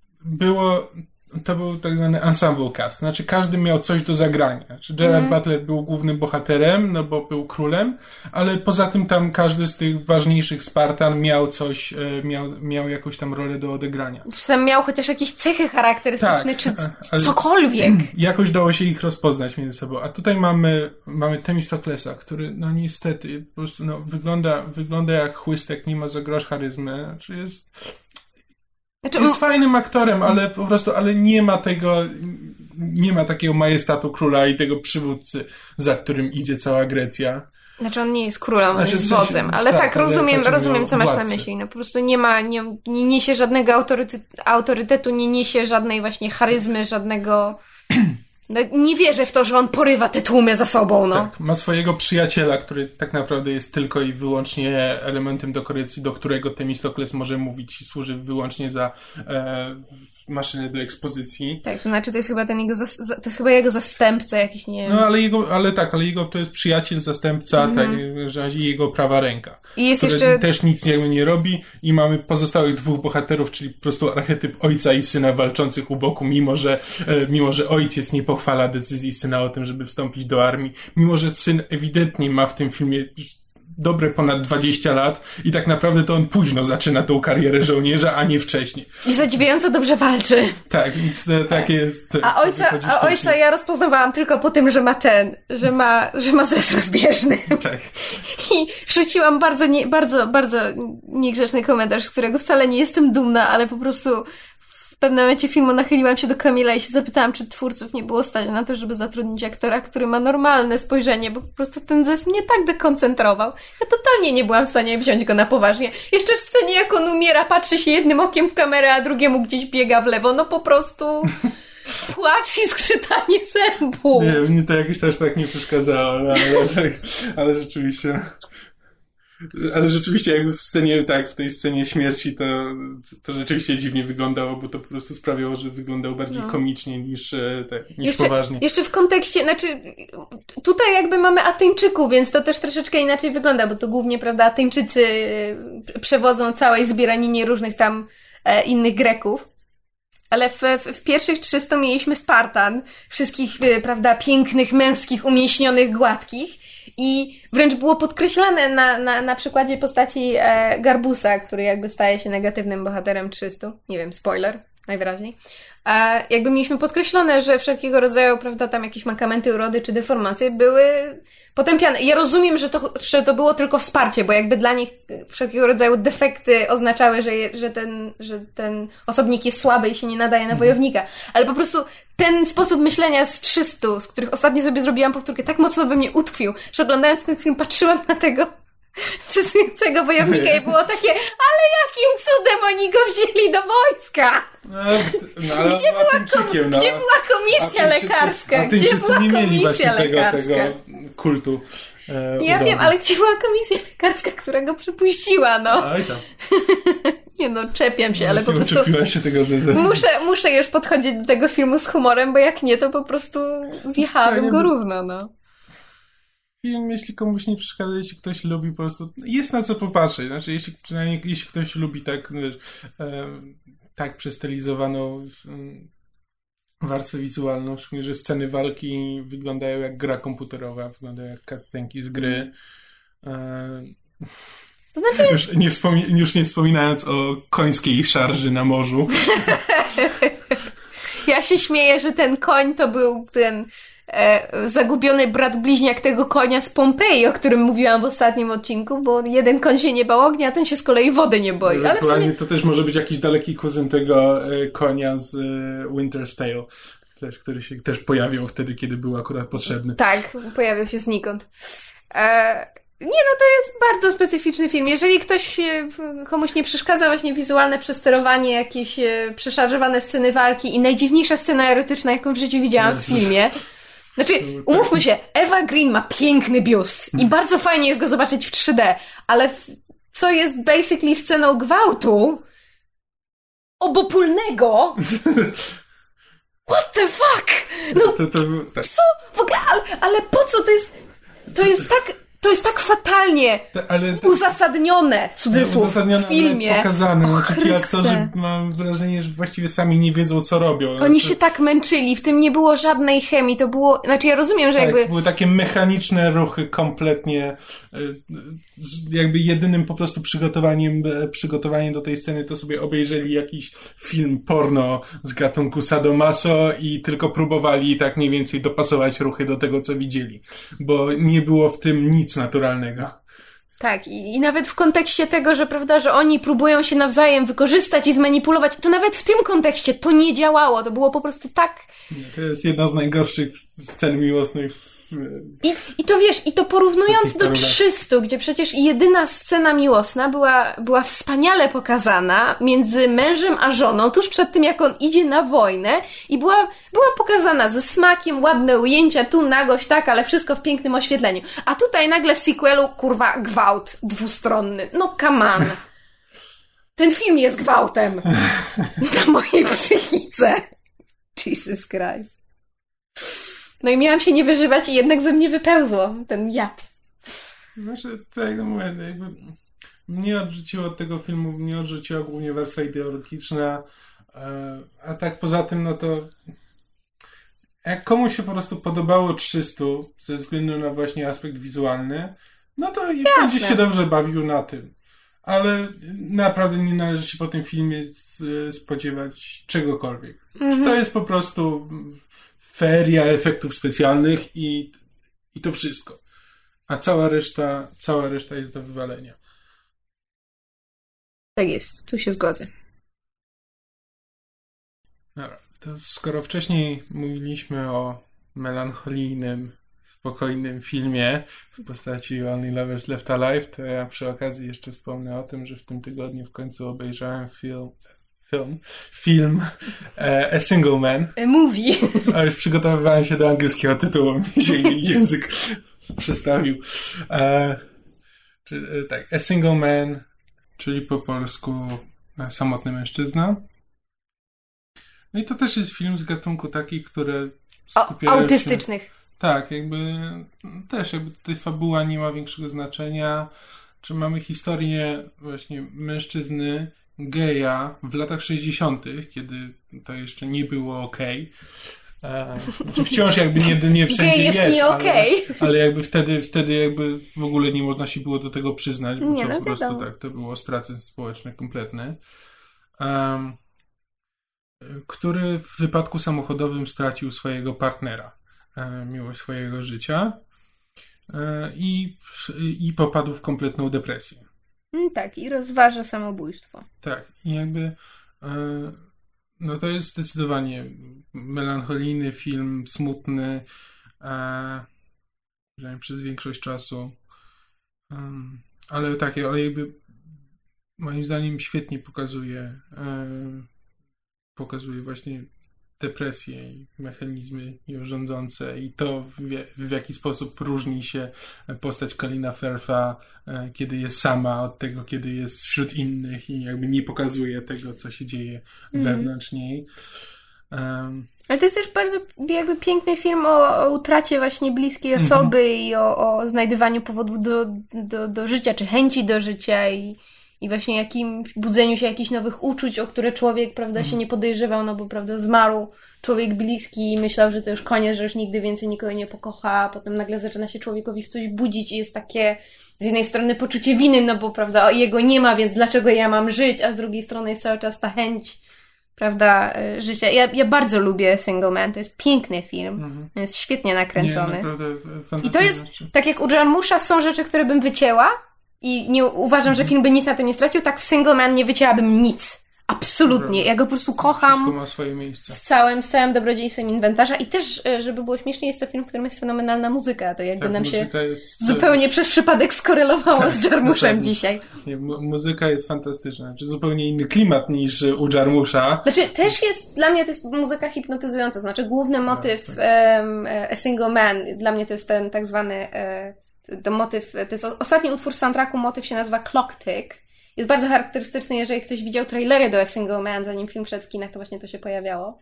był tak zwany ensemble cast. Znaczy każdy miał coś do zagrania. Znaczy Gerard Butler był głównym bohaterem, no bo był królem, ale poza tym tam każdy z tych ważniejszych Spartan miał coś, miał jakąś tam rolę do odegrania.
Czy tam miał chociaż jakieś cechy charakterystyczne, czy cokolwiek.
Jakoś dało się ich rozpoznać między sobą. A tutaj mamy Temistoklesa, który no niestety po prostu wygląda jak chłystek, nie ma za grosz charyzmy. Znaczy jest fajnym aktorem, ale po prostu, nie ma takiego majestatu króla i tego przywódcy, za którym idzie cała Grecja.
Znaczy on nie jest królem, on jest wodzem, ale tak, rozumiem co masz na myśli. No po prostu nie niesie żadnego autorytetu, nie niesie żadnej właśnie charyzmy, żadnego... No, nie wierzę w to, że on porywa te tłumy za sobą, no.
Tak, ma swojego przyjaciela, który tak naprawdę jest tylko i wyłącznie elementem dekoracji, do którego Temistokles może mówić i służy wyłącznie za maszynę do ekspozycji.
Tak, to znaczy to jest chyba jego zastępca jakiś, nie wiem.
No, ale jego to jest przyjaciel, zastępca, tak, że jego prawa ręka.
I jest
który
jeszcze...
też nic nie robi i mamy pozostałych dwóch bohaterów, czyli po prostu archetyp ojca i syna walczących u boku, mimo że ojciec nie pochwala decyzji syna o tym, żeby wstąpić do armii, mimo że syn ewidentnie ma w tym filmie dobre ponad 20 lat i tak naprawdę to on późno zaczyna tą karierę żołnierza, a nie wcześniej.
I zadziwiająco dobrze walczy.
Tak, więc tak jest.
A ojca ja rozpoznawałam tylko po tym, że ma zes rozbieżny.
Tak.
I rzuciłam bardzo niegrzeczny komentarz, z którego wcale nie jestem dumna, ale po prostu pewnym momencie filmu nachyliłam się do Kamila i się zapytałam, czy twórców nie było stać na to, żeby zatrudnić aktora, który ma normalne spojrzenie, bo po prostu ten zes mnie tak dekoncentrował. Ja totalnie nie byłam w stanie wziąć go na poważnie. Jeszcze w scenie, jak on umiera, patrzy się jednym okiem w kamerę, a drugiemu gdzieś biega w lewo. No po prostu płacz i skrzytanie zębów.
Nie, mnie to jakoś też tak nie przeszkadzało, ale rzeczywiście... Ale rzeczywiście jakby w scenie, tak, w tej scenie śmierci to rzeczywiście dziwnie wyglądało, bo to po prostu sprawiało, że wyglądał bardziej komicznie niż poważnie.
Jeszcze w kontekście, znaczy tutaj jakby mamy Ateńczyków, więc to też troszeczkę inaczej wygląda, bo to głównie, prawda, Ateńczycy przewodzą całej zbieraninie różnych tam innych Greków. Ale w pierwszych 300 mieliśmy Spartan, wszystkich, prawda, pięknych, męskich, umieśnionych, gładkich. I wręcz było podkreślane na przykładzie postaci Garbusa, który jakby staje się negatywnym bohaterem 300. Nie wiem, spoiler, najwyraźniej. Jakby mieliśmy podkreślone, że wszelkiego rodzaju, prawda, tam jakieś mankamenty urody czy deformacje były potępiane. Ja rozumiem, że to było tylko wsparcie, bo jakby dla nich wszelkiego rodzaju defekty oznaczały, że ten osobnik jest słaby i się nie nadaje na wojownika. Ale po prostu ten sposób myślenia z 300, z których ostatnio sobie zrobiłam powtórkę, tak mocno we mnie utkwił, że oglądając ten film patrzyłam na tego cesującego wojownika i było takie, ale jakim cudem oni go wzięli do wojska? Gdzie była komisja lekarska? Gdzie była
nie mieli
komisja lekarska?
Tego kultu.
Ja wiem, ale gdzie była komisja lekarska, która go przepuściła, no?
Oj tam.
Nie no, czepiam się, ale po prostu
się tego
muszę już podchodzić do tego filmu z humorem, bo jak nie, to po prostu zjechałabym go równo, no.
Film, jeśli komuś nie przeszkadza, jeśli ktoś lubi, po prostu jest na co popatrzeć. Znaczy, jeśli ktoś lubi tak, tak przestylizowaną warstwę wizualną, szczególnie, że sceny walki wyglądają jak gra komputerowa, wyglądają jak cutscenki z gry.
To znaczy...
Już nie wspominając o końskiej szarży na morzu.
Ja się śmieję, że ten koń to był ten zagubiony brat bliźniak tego konia z Pompeji, o którym mówiłam w ostatnim odcinku, bo jeden koń się nie bał ognia, a ten się z kolei wody nie boi. Ale w sumie...
To też może być jakiś daleki kuzyn tego konia z Winter's Tale, który się też pojawiał wtedy, kiedy był akurat potrzebny.
Tak, pojawił się znikąd. Nie, no to jest bardzo specyficzny film. Jeżeli komuś nie przeszkadza właśnie wizualne przesterowanie, jakieś przeszarżowane sceny walki i najdziwniejsza scena erotyczna, jaką w życiu widziałam w filmie. Znaczy, umówmy się, Eva Green ma piękny biust i bardzo fajnie jest go zobaczyć w 3D, ale co jest basically sceną gwałtu obopólnego? What the fuck? No,
tak.
co? W ogóle, ale po co to jest tak fatalnie uzasadnione, cudzysłów, w filmie.
Pokazane. Ci aktorzy, mam wrażenie, że właściwie sami nie wiedzą, co robią.
Oni się tak męczyli, w tym nie było żadnej chemii, to było, znaczy ja rozumiem, że
tak,
jakby...
to były takie mechaniczne ruchy kompletnie, jakby jedynym po prostu przygotowaniem do tej sceny to sobie obejrzeli jakiś film porno z gatunku sadomaso i tylko próbowali tak mniej więcej dopasować ruchy do tego, co widzieli. Bo nie było w tym nic naturalnego.
Tak, i nawet w kontekście tego, że prawda, że oni próbują się nawzajem wykorzystać i zmanipulować, to nawet w tym kontekście to nie działało, to było po prostu tak...
To jest jedna z najgorszych scen miłosnych.
I to wiesz, i to porównując do 300, gdzie przecież jedyna scena miłosna była wspaniale pokazana między mężem a żoną, tuż przed tym, jak on idzie na wojnę i była pokazana ze smakiem, ładne ujęcia, tu nagość, tak, ale wszystko w pięknym oświetleniu. A tutaj nagle w sequelu, kurwa, gwałt dwustronny. No come on. Ten film jest gwałtem. Na mojej psychice. Jesus Christ. No i miałam się nie wyżywać i jednak ze mnie wypełzło ten jad.
Znaczy, tak, no mówię, jakby mnie odrzuciło od tego filmu, mnie odrzuciła głównie wersja ideologiczna, a tak poza tym, no to jak komuś się po prostu podobało 300 ze względu na właśnie aspekt wizualny, no to i będzie się dobrze bawił na tym. Ale naprawdę nie należy się po tym filmie spodziewać czegokolwiek. To jest po prostu feria efektów specjalnych i to wszystko. A cała reszta jest do wywalenia.
Tak jest, tu się zgodzę.
Dobra, to skoro wcześniej mówiliśmy o melancholijnym, spokojnym filmie w postaci Only Lovers Left Alive, to ja przy okazji jeszcze wspomnę o tym, że w tym tygodniu w końcu obejrzałem film A Single Man.
A movie.
A już przygotowywałem się do angielskiego tytułu, mi się język przestawił. Tak, A Single Man, czyli po polsku Samotny mężczyzna. No i to też jest film z gatunku taki, który skupia
autystycznych.
się... Tak, jakby tutaj fabuła nie ma większego znaczenia. Czy mamy historię właśnie mężczyzny geja w latach 60., kiedy to jeszcze nie było okej. Znaczy wciąż jakby nie wszędzie
gej jest nie okej.
Ale jakby wtedy jakby w ogóle nie można się było do tego przyznać, bo
nie,
to
no
po prostu
wiadomo.
tak, to było ostracyzm społeczny kompletny. Który w wypadku samochodowym stracił swojego partnera, miłość swojego życia i popadł w kompletną depresję.
Tak, i rozważa samobójstwo. Tak,
i jakby no to jest zdecydowanie melancholijny film, smutny, przez większość czasu, ale jakby moim zdaniem świetnie pokazuje właśnie depresję i mechanizmy ją rządzące i to w jaki sposób różni się postać Colina Firtha, kiedy jest sama od tego, kiedy jest wśród innych i jakby nie pokazuje tego, co się dzieje wewnątrz niej.
Ale to jest też bardzo jakby piękny film o utracie właśnie bliskiej osoby i o znajdywaniu powodów do życia, czy chęci do życia i właśnie jakimś budzeniu się jakichś nowych uczuć, o które człowiek, prawda, się nie podejrzewał, no bo, prawda, zmarł człowiek bliski i myślał, że to już koniec, że już nigdy więcej nikogo nie pokocha, a potem nagle zaczyna się człowiekowi w coś budzić i jest takie z jednej strony poczucie winy, no bo, prawda, jego nie ma, więc dlaczego ja mam żyć, a z drugiej strony jest cały czas ta chęć, prawda, życia. Ja bardzo lubię Single Man, to jest piękny film, jest świetnie nakręcony.
Nie, naprawdę,
i to jest, tak jak u Jarmusza są rzeczy, które bym wycięła, i nie uważam, że film by nic na tym nie stracił, tak w Single Man nie wycięłabym nic. Absolutnie. Ja go po prostu kocham.
Wszystko ma swoje miejsce.
Z całym dobrodziejstwem inwentarza. I też, żeby było śmiesznie, jest to film, w którym jest fenomenalna muzyka. To jakby nam się zupełnie przez przypadek skorelowało z Jarmuszem dzisiaj.
Nie, muzyka jest fantastyczna. Znaczy zupełnie inny klimat niż u Jarmusza.
Znaczy też jest, dla mnie to jest muzyka hipnotyzująca. Znaczy główny motyw A Single Man, dla mnie to jest ten tak zwany... To motyw, to jest ostatni utwór z soundtracku, motyw się nazywa Clock Tick. Jest bardzo charakterystyczny, jeżeli ktoś widział trailery do A Single Man, zanim film wszedł w kinach, to właśnie to się pojawiało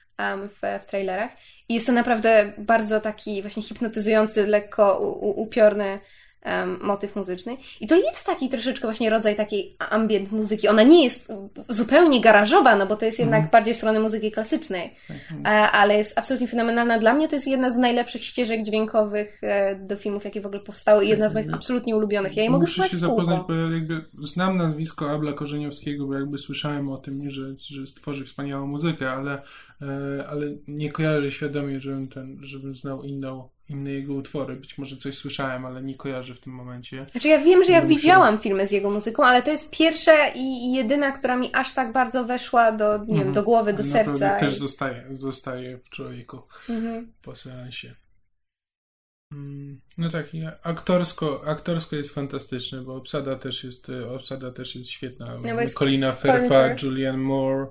w trailerach. I jest to naprawdę bardzo taki właśnie hipnotyzujący, lekko upiorny motyw muzyczny. I to jest taki troszeczkę właśnie rodzaj takiej ambient muzyki. Ona nie jest zupełnie garażowa, no bo to jest jednak bardziej w stronę muzyki klasycznej, ale jest absolutnie fenomenalna. Dla mnie to jest jedna z najlepszych ścieżek dźwiękowych do filmów, jakie w ogóle powstały i jedna z moich absolutnie ulubionych. Ja jej mogę słuchać w kółko.
Muszę się zapoznać, bo ja jakby znam nazwisko Abla Korzeniowskiego, bo jakby słyszałem o tym, że stworzy wspaniałą muzykę, ale nie kojarzę świadomie, żebym znał inne jego utwory. Być może coś słyszałem, ale nie kojarzę w tym momencie.
Znaczy ja wiem, że ja widziałam filmy z jego muzyką, ale to jest pierwsza i jedyna, która mi aż tak bardzo weszła do, nie wiem, do głowy, do serca.
Też zostaje w człowieku po seansie. No tak, aktorsko jest fantastyczne, bo obsada też jest świetna.
No
Colina Firtha, Julianne Moore,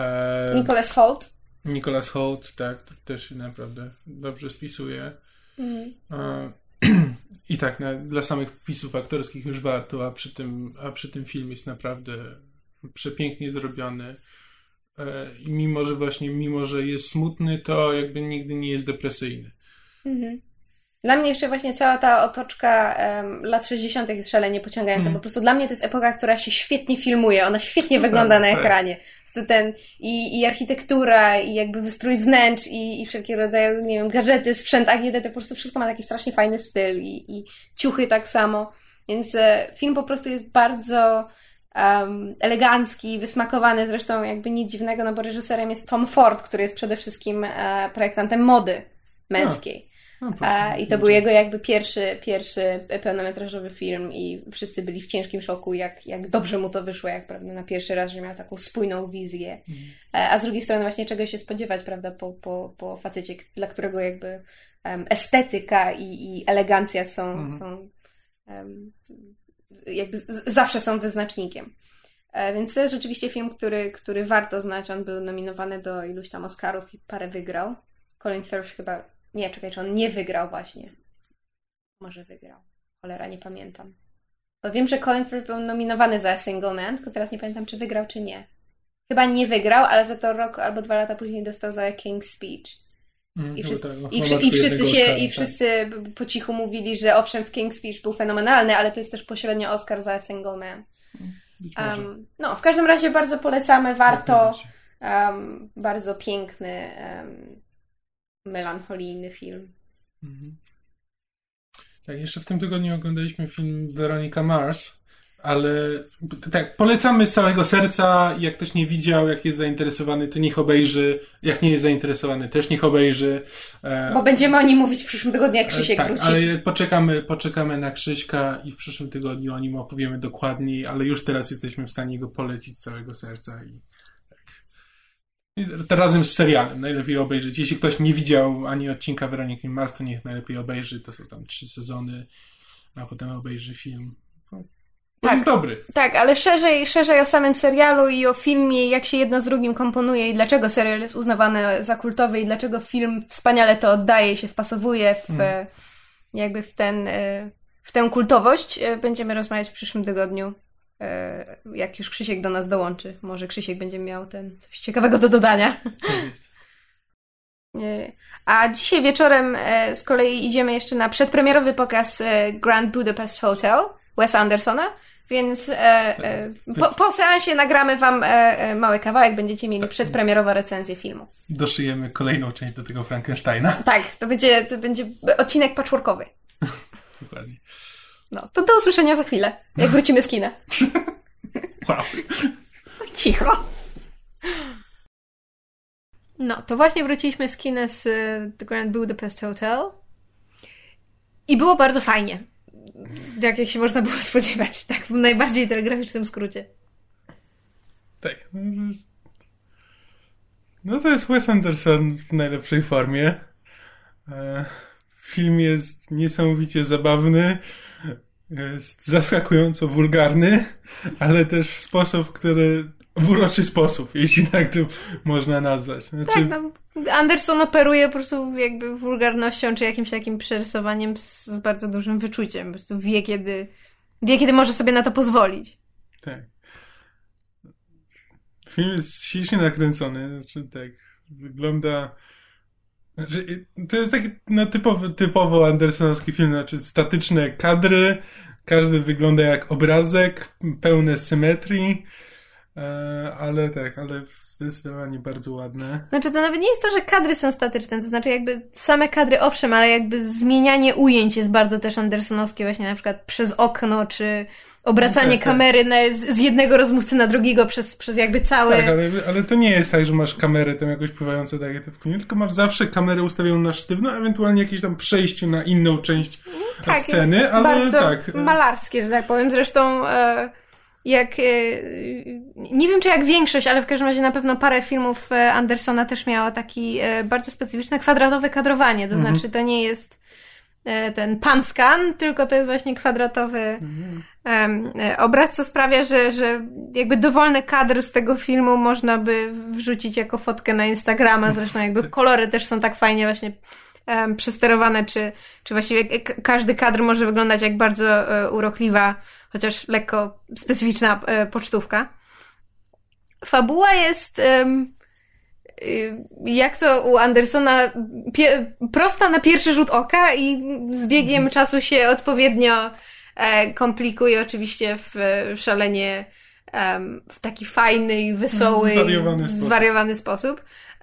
Nicholas Hoult, tak, też się naprawdę dobrze spisuje. I tak, dla samych wpisów aktorskich już warto, a przy tym film jest naprawdę przepięknie zrobiony. I mimo że jest smutny, to jakby nigdy nie jest depresyjny.
Dla mnie jeszcze właśnie cała ta otoczka lat 60. jest szalenie pociągająca. Po prostu dla mnie to jest epoka, która się świetnie filmuje. Ona świetnie wygląda na ekranie. I architektura, i jakby wystrój wnętrz, i wszelkie rodzaje, nie wiem, gadżety, sprzęt AGD, to po prostu wszystko ma taki strasznie fajny styl. I ciuchy tak samo. Więc film po prostu jest bardzo elegancki, wysmakowany. Zresztą jakby nic dziwnego, no bo reżyserem jest Tom Ford, który jest przede wszystkim projektantem mody męskiej. I to był jego jakby pierwszy pełnometrażowy film i wszyscy byli w ciężkim szoku, jak dobrze mu to wyszło, jak prawda, na pierwszy raz, że miał taką spójną wizję. A z drugiej strony właśnie czego się spodziewać, prawda, po facecie, dla którego jakby estetyka i elegancja są jakby zawsze są wyznacznikiem. Więc to jest rzeczywiście film, który warto znać. On był nominowany do iluś tam Oscarów i parę wygrał. Colin Firth chyba... Nie, czekaj, czy on nie wygrał właśnie. Może wygrał. Cholera, nie pamiętam. Bo wiem, że Colin Firth był nominowany za A Single Man, tylko teraz nie pamiętam, czy wygrał, czy nie. Chyba nie wygrał, ale za to rok albo 2 lata później dostał za King's Speech. I wszyscy po cichu mówili, że owszem, w King's Speech był fenomenalny, ale to jest też pośrednio Oscar za A Single Man. No, w każdym razie bardzo polecamy, warto. Bardzo piękny, melancholijny film.
Tak, jeszcze w tym tygodniu oglądaliśmy film Veronica Mars, ale tak, polecamy z całego serca. Jak ktoś nie widział, jak jest zainteresowany, to niech obejrzy. Jak nie jest zainteresowany, też niech obejrzy.
Bo będziemy o nim mówić w przyszłym tygodniu, jak Krzysiek wróci.
Ale poczekamy na Krzyśka i w przyszłym tygodniu o nim opowiemy dokładniej, ale już teraz jesteśmy w stanie go polecić z całego serca i razem z serialem najlepiej obejrzeć. Jeśli ktoś nie widział ani odcinka Weroniki Mars, to niech najlepiej obejrzy. To są tam 3 sezony, a potem obejrzy film. To jest dobry.
Tak, ale szerzej o samym serialu i o filmie, jak się jedno z drugim komponuje i dlaczego serial jest uznawany za kultowy i dlaczego film wspaniale to oddaje i się wpasowuje jakby w tę kultowość. Będziemy rozmawiać w przyszłym tygodniu. Jak już Krzysiek do nas dołączy. Może Krzysiek będzie miał coś ciekawego do dodania. A dzisiaj wieczorem z kolei idziemy jeszcze na przedpremierowy pokaz Grand Budapest Hotel Wesa Andersona, więc po seansie nagramy wam mały kawałek, będziecie mieli przedpremierową recenzję filmu.
Doszyjemy kolejną część do tego Frankensteina.
Tak, to będzie odcinek patchworkowy.
Dokładnie.
No, to do usłyszenia za chwilę, jak wrócimy z kina.
Wow.
Cicho. No, to właśnie wróciliśmy z kina z The Grand Budapest Hotel i było bardzo fajnie. Jak się można było spodziewać. Tak w najbardziej telegraficznym skrócie.
Tak. No to jest Wes Anderson w najlepszej formie. Film jest niesamowicie zabawny. Jest zaskakująco wulgarny, ale też w sposób, w uroczy sposób, jeśli tak to można nazwać. Znaczy...
Tak, no, Anderson operuje po prostu jakby wulgarnością, czy jakimś takim przerysowaniem z bardzo dużym wyczuciem. Po prostu wie, kiedy może sobie na to pozwolić.
Tak. Film jest ślicznie nakręcony, znaczy tak, wygląda... Znaczy, to jest taki typowo andersonowski film, znaczy statyczne kadry, każdy wygląda jak obrazek, pełne symetrii, ale zdecydowanie bardzo ładne.
Znaczy to nawet nie jest to, że kadry są statyczne, to znaczy jakby same kadry owszem, ale jakby zmienianie ujęć jest bardzo też andersonowskie, właśnie na przykład przez okno, czy obracanie kamery z jednego rozmówcy na drugiego przez jakby całe...
Tak, ale to nie jest tak, że masz kamerę tam jakoś pływającą tak jak w kinie, tylko masz zawsze kamerę ustawioną na sztywno, ewentualnie jakieś tam przejście na inną część sceny,
jest
ale
bardzo
tak.
Malarskie, że tak powiem. Zresztą nie wiem czy jak większość, ale w każdym razie na pewno parę filmów Andersona też miało taki bardzo specyficzne kwadratowe kadrowanie, to znaczy to nie jest ten pan scan, tylko to jest właśnie kwadratowy obraz, co sprawia, że jakby dowolny kadr z tego filmu można by wrzucić jako fotkę na Instagrama, zresztą jakby kolory też są tak fajnie właśnie przesterowane, czy właściwie każdy kadr może wyglądać jak bardzo urokliwa, chociaż lekko specyficzna pocztówka. Fabuła jest jak to u Andersona prosta na pierwszy rzut oka i z biegiem czasu się odpowiednio komplikuje oczywiście w szalenie w taki fajny i wesoły, zwariowany sposób.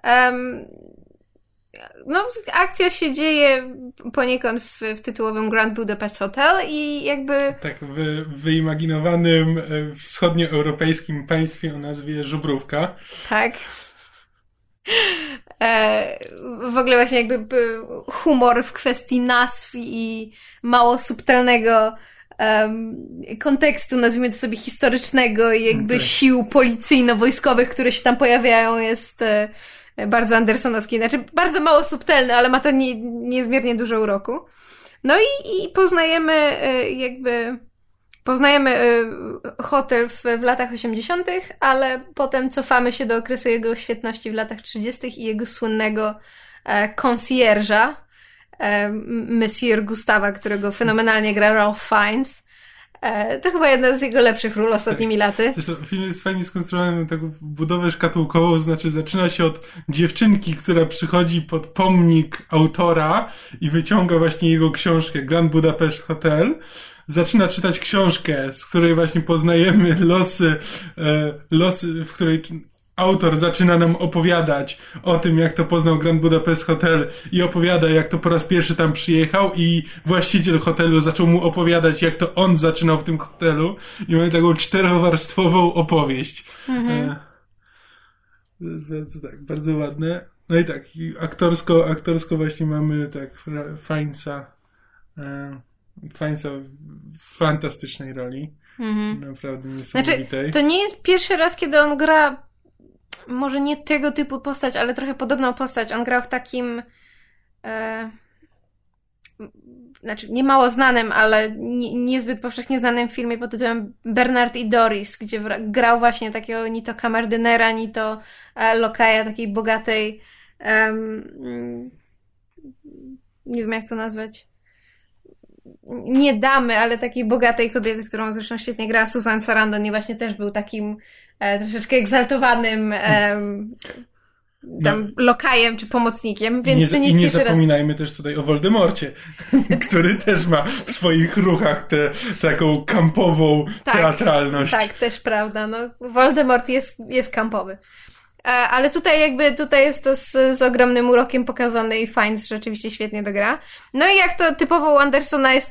No, akcja się dzieje poniekąd w tytułowym Grand Budapest Hotel i jakby...
Tak, w wyimaginowanym wschodnioeuropejskim państwie o nazwie Żubrówka.
Tak. w ogóle właśnie jakby humor w kwestii nazw i mało subtelnego kontekstu, nazwijmy to sobie historycznego i jakby sił policyjno-wojskowych, które się tam pojawiają, jest bardzo andersonowski. Znaczy bardzo mało subtelny, ale ma to niezmiernie dużo uroku. No i poznajemy hotel w latach 80., ale potem cofamy się do okresu jego świetności w latach 30. i jego słynnego concierge'a, Monsieur Gustawa, którego fenomenalnie gra Ralph Fiennes. To chyba jedna z jego lepszych ról ostatnimi laty.
Zresztą film jest fajnie skonstruowany na taką budowę szkatułkową, znaczy zaczyna się od dziewczynki, która przychodzi pod pomnik autora i wyciąga właśnie jego książkę Grand Budapest Hotel. Zaczyna czytać książkę, z której właśnie poznajemy losy, w której autor zaczyna nam opowiadać o tym, jak to poznał Grand Budapest Hotel i opowiada, jak to po raz pierwszy tam przyjechał i właściciel hotelu zaczął mu opowiadać, jak to on zaczynał w tym hotelu i mamy taką 4-warstwową opowieść. Bardzo ładne. No i tak, i aktorsko właśnie mamy tak Fiennesa w fantastycznej roli. Naprawdę niesamowitej.
Znaczy, to nie jest pierwszy raz, kiedy on gra może nie tego typu postać, ale trochę podobną postać. On grał w takim znaczy nie mało znanym, ale niezbyt powszechnie znanym filmie pod tytułem Bernard i Doris, gdzie grał właśnie takiego ni to kamerdynera, ni to lokaja takiej bogatej nie wiem jak to nazwać, nie damy, ale takiej bogatej kobiety, którą zresztą świetnie grała Susan Sarandon i właśnie też był takim troszeczkę egzaltowanym lokajem czy pomocnikiem, więc to nie jest pierwszy raz.
I nie zapominajmy też tutaj o Voldemorcie, który też ma w swoich ruchach taką kampową teatralność.
Tak, też prawda. No, Voldemort jest kampowy. Ale tutaj jest to z ogromnym urokiem pokazane i Fiennes rzeczywiście świetnie to gra. No i jak to typowo u Andersona jest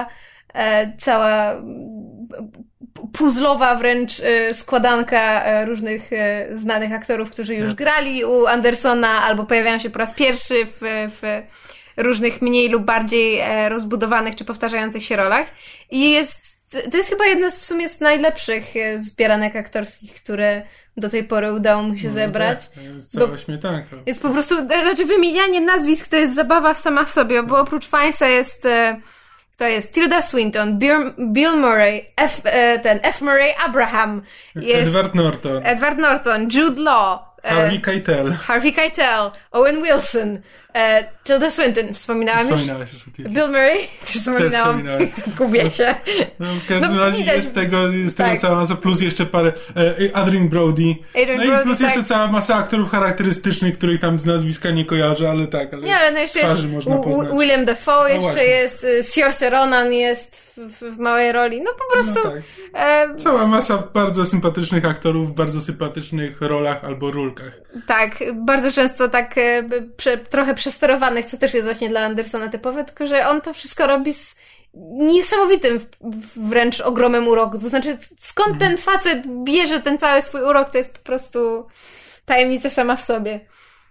cała puzzlowa wręcz składanka różnych znanych aktorów, którzy już grali u Andersona albo pojawiają się po raz pierwszy w różnych mniej lub bardziej rozbudowanych czy powtarzających się rolach. I to jest chyba jedna w sumie z najlepszych zbieranek aktorskich, które do tej pory udało mu się zebrać.
Tak, jest cała śmietanka.
Jest po prostu, znaczy wymienianie nazwisk to jest zabawa sama w sobie, bo oprócz Fiennesa to jest Tilda Swinton, Bill Murray, F. Murray Abraham, jest Edward Norton, Jude Law, Harvey Keitel, Owen Wilson, Tilda Swinton, wspominałam już?
Wspominałaś już.
Bill Murray? Też wspominałam. Gubię się.
No, w każdym razie jest tego cała masa, plus jeszcze parę Adrien Brody. I plus jeszcze cała masa aktorów charakterystycznych, których tam z nazwiska nie kojarzę, ale tak, ale
jeszcze jest
można poznać.
William Dafoe jeszcze jest, Saoirse Ronan jest w małej roli. No po prostu...
No tak. Cała masa bardzo sympatycznych aktorów w bardzo sympatycznych rolach albo rólkach.
Tak, bardzo często tak trochę przesterowanych, co też jest właśnie dla Andersona typowe, tylko że on to wszystko robi z niesamowitym wręcz ogromem uroku. To znaczy, skąd ten facet bierze ten cały swój urok, to jest po prostu tajemnica sama w sobie.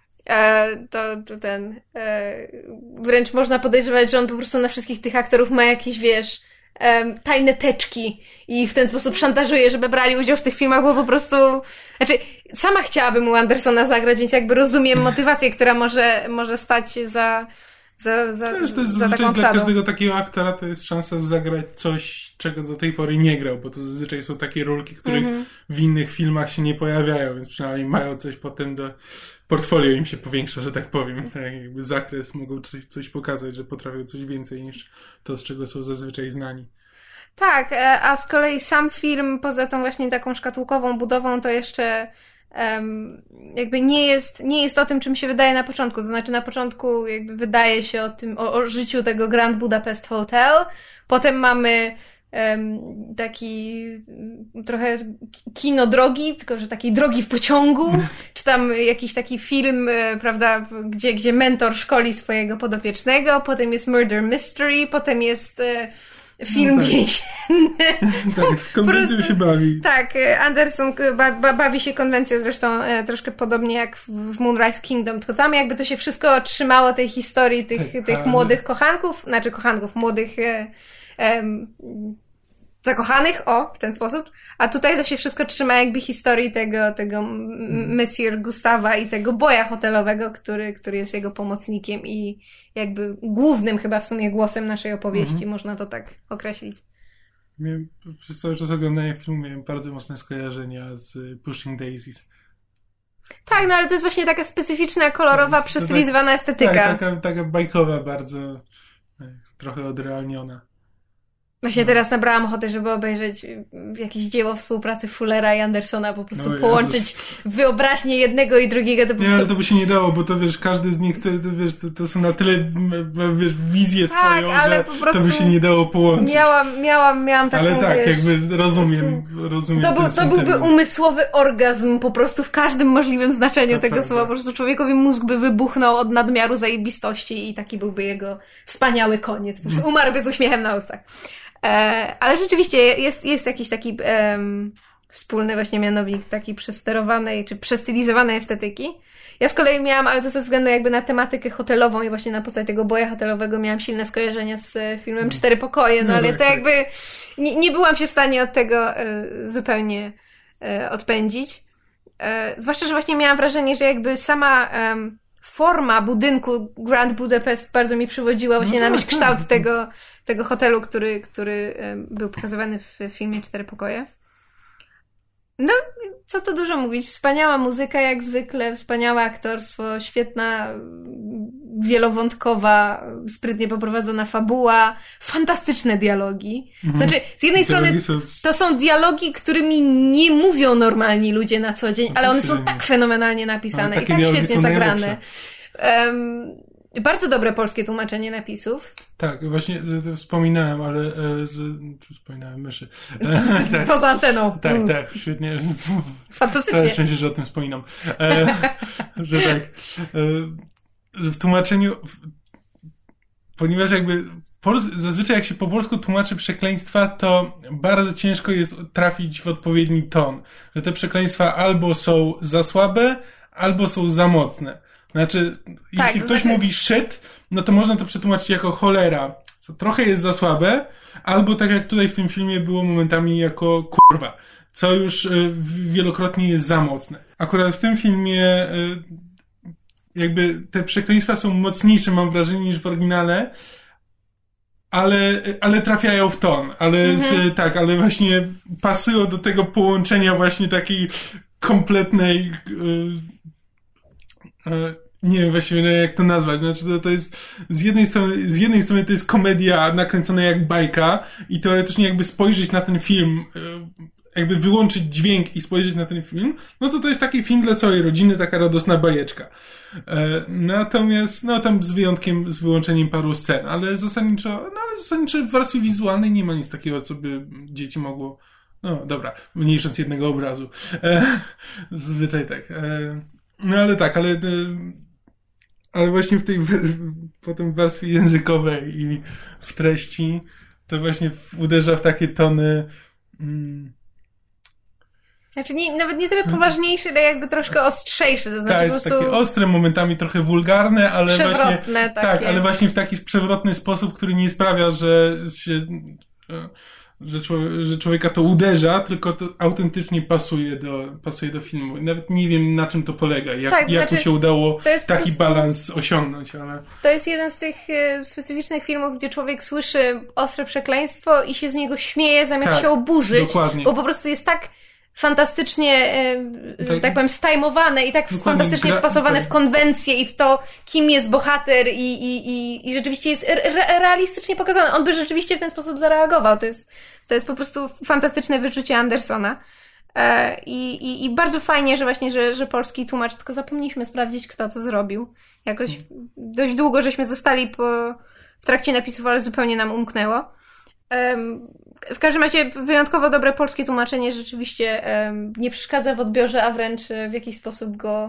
Wręcz można podejrzewać, że on po prostu na wszystkich tych aktorów ma jakieś, tajne teczki i w ten sposób szantażuje, żeby brali udział w tych filmach, bo po prostu... Znaczy, sama chciałabym u Andersona zagrać, więc jakby rozumiem motywację, która może stać za taką
dla każdego takiego aktora to jest szansa zagrać coś, czego do tej pory nie grał, bo to zazwyczaj są takie rólki, które w innych filmach się nie pojawiają, więc przynajmniej mają coś potem do... Portfolio im się powiększa, że tak powiem. Tak, jakby zakres, mogą coś pokazać, że potrafią coś więcej niż to, z czego są zazwyczaj znani.
Tak, a z kolei sam film, poza tą właśnie taką szkatułkową budową, to jeszcze jakby nie jest o tym, czym się wydaje na początku. To znaczy na początku jakby wydaje się o życiu tego Grand Budapest Hotel. Potem mamy taki trochę kino drogi, tylko że takiej drogi w pociągu, czy tam jakiś taki film, prawda, gdzie mentor szkoli swojego podopiecznego, potem jest Murder Mystery, potem jest film więzienny.
Tak, z konwencją się bawi.
Tak, Anderson bawi się konwencją, zresztą troszkę podobnie jak w Moonrise Kingdom, tylko tam jakby to się wszystko trzymało tej historii tych młodych kochanków, młodych zakochanych, w ten sposób, a tutaj to się wszystko trzyma jakby historii tego Monsieur Gustawa i tego boja hotelowego, który jest jego pomocnikiem i jakby głównym chyba w sumie głosem naszej opowieści, można to tak określić.
Przez cały czas oglądania filmu miałem bardzo mocne skojarzenia z Pushing Daisies.
Tak, no ale to jest właśnie taka specyficzna, kolorowa, przestylizowana estetyka.
Tak, taka bajkowa bardzo, trochę odrealniona.
Właśnie teraz nabrałam ochoty, żeby obejrzeć jakieś dzieło współpracy Fullera i Andersona, po prostu połączyć wyobraźnię jednego i drugiego. To po prostu...
Nie, ale to by się nie dało, bo to wiesz, każdy z nich to są na tyle wizję swoją, że to by się nie dało połączyć.
Miałam taką,
ale tak, jakby rozumiem
to byłby umysłowy orgazm po prostu w każdym możliwym znaczeniu tego słowa. Po prostu człowiekowi mózg by wybuchnął od nadmiaru zajebistości i taki byłby jego wspaniały koniec. Po prostu umarłby z uśmiechem na ustach. Ale rzeczywiście jest jakiś taki wspólny właśnie mianownik takiej przesterowanej czy przestylizowanej estetyki. Ja z kolei miałam, ale to ze względu jakby na tematykę hotelową i właśnie na postać tego boja hotelowego miałam silne skojarzenia z filmem 4 pokoje, ale to jakby nie byłam się w stanie od tego zupełnie odpędzić. Zwłaszcza, że właśnie miałam wrażenie, że jakby sama forma budynku Grand Budapest bardzo mi przywodziła właśnie na myśl kształt tego hotelu, który był pokazywany w filmie 4 pokoje. No, co tu dużo mówić. Wspaniała muzyka jak zwykle, wspaniałe aktorstwo, świetna, wielowątkowa, sprytnie poprowadzona fabuła, fantastyczne dialogi. Znaczy, z jednej strony to są dialogi, którymi nie mówią normalni ludzie na co dzień, ale one są tak fenomenalnie napisane i tak świetnie zagrane. Bardzo dobre polskie tłumaczenie napisów.
Tak, właśnie wspominałem, ale wspominałem myszy.
Poza anteną.
Tak, świetnie.
Fantastycznie.
Całe szczęście, że o tym wspominam. Że tak. W tłumaczeniu, ponieważ jakby zazwyczaj jak się po polsku tłumaczy przekleństwa, to bardzo ciężko jest trafić w odpowiedni ton. Że te przekleństwa albo są za słabe, albo są za mocne. Znaczy, jeśli ktoś mówi shit, no to można to przetłumaczyć jako cholera, co trochę jest za słabe, albo tak jak tutaj w tym filmie było momentami jako kurwa, co już wielokrotnie jest za mocne. Akurat w tym filmie jakby te przekleństwa są mocniejsze, mam wrażenie, niż w oryginale, ale trafiają w ton, ale właśnie pasują do tego połączenia właśnie takiej kompletnej nie wiem właściwie jak to nazwać, znaczy to jest z jednej strony to jest komedia nakręcona jak bajka i teoretycznie jakby spojrzeć na ten film, jakby wyłączyć dźwięk i spojrzeć na ten film, no to jest taki film dla całej rodziny, taka radosna bajeczka. Natomiast, tam z wyłączeniem paru scen, ale zasadniczo w warstwie wizualnej nie ma nic takiego, co by dzieci mogło, no dobra, mniejsząc jednego obrazu. Zazwyczaj tak. No ale tak, ale właśnie potem w warstwie językowej i w treści to właśnie uderza w takie tony
znaczy nawet nie tyle poważniejsze, ale jakby troszkę ostrzejsze, to znaczy
tak,
po prostu
takie ostre, momentami trochę wulgarne, ale
przewrotne
właśnie
takie.
Tak, ale właśnie w taki przewrotny sposób, który nie sprawia, że człowieka to uderza, tylko to autentycznie pasuje do filmu. Nawet nie wiem, na czym to polega, jak mu się udało taki balans osiągnąć, ale...
To jest jeden z tych specyficznych filmów, gdzie człowiek słyszy ostre przekleństwo i się z niego śmieje, zamiast się oburzyć,
dokładnie.
Bo po prostu jest tak fantastycznie, że tak powiem, stajmowane i tak fantastycznie wpasowane w konwencję i w to, kim jest bohater i rzeczywiście jest realistycznie pokazane. On by rzeczywiście w ten sposób zareagował. To jest po prostu fantastyczne wyczucie Andersona. I bardzo fajnie, że właśnie, że polski tłumacz, tylko zapomnieliśmy sprawdzić, kto to zrobił. Jakoś dość długo żeśmy zostali w trakcie napisów, ale zupełnie nam umknęło. W każdym razie wyjątkowo dobre polskie tłumaczenie rzeczywiście nie przeszkadza w odbiorze, a wręcz w jakiś sposób go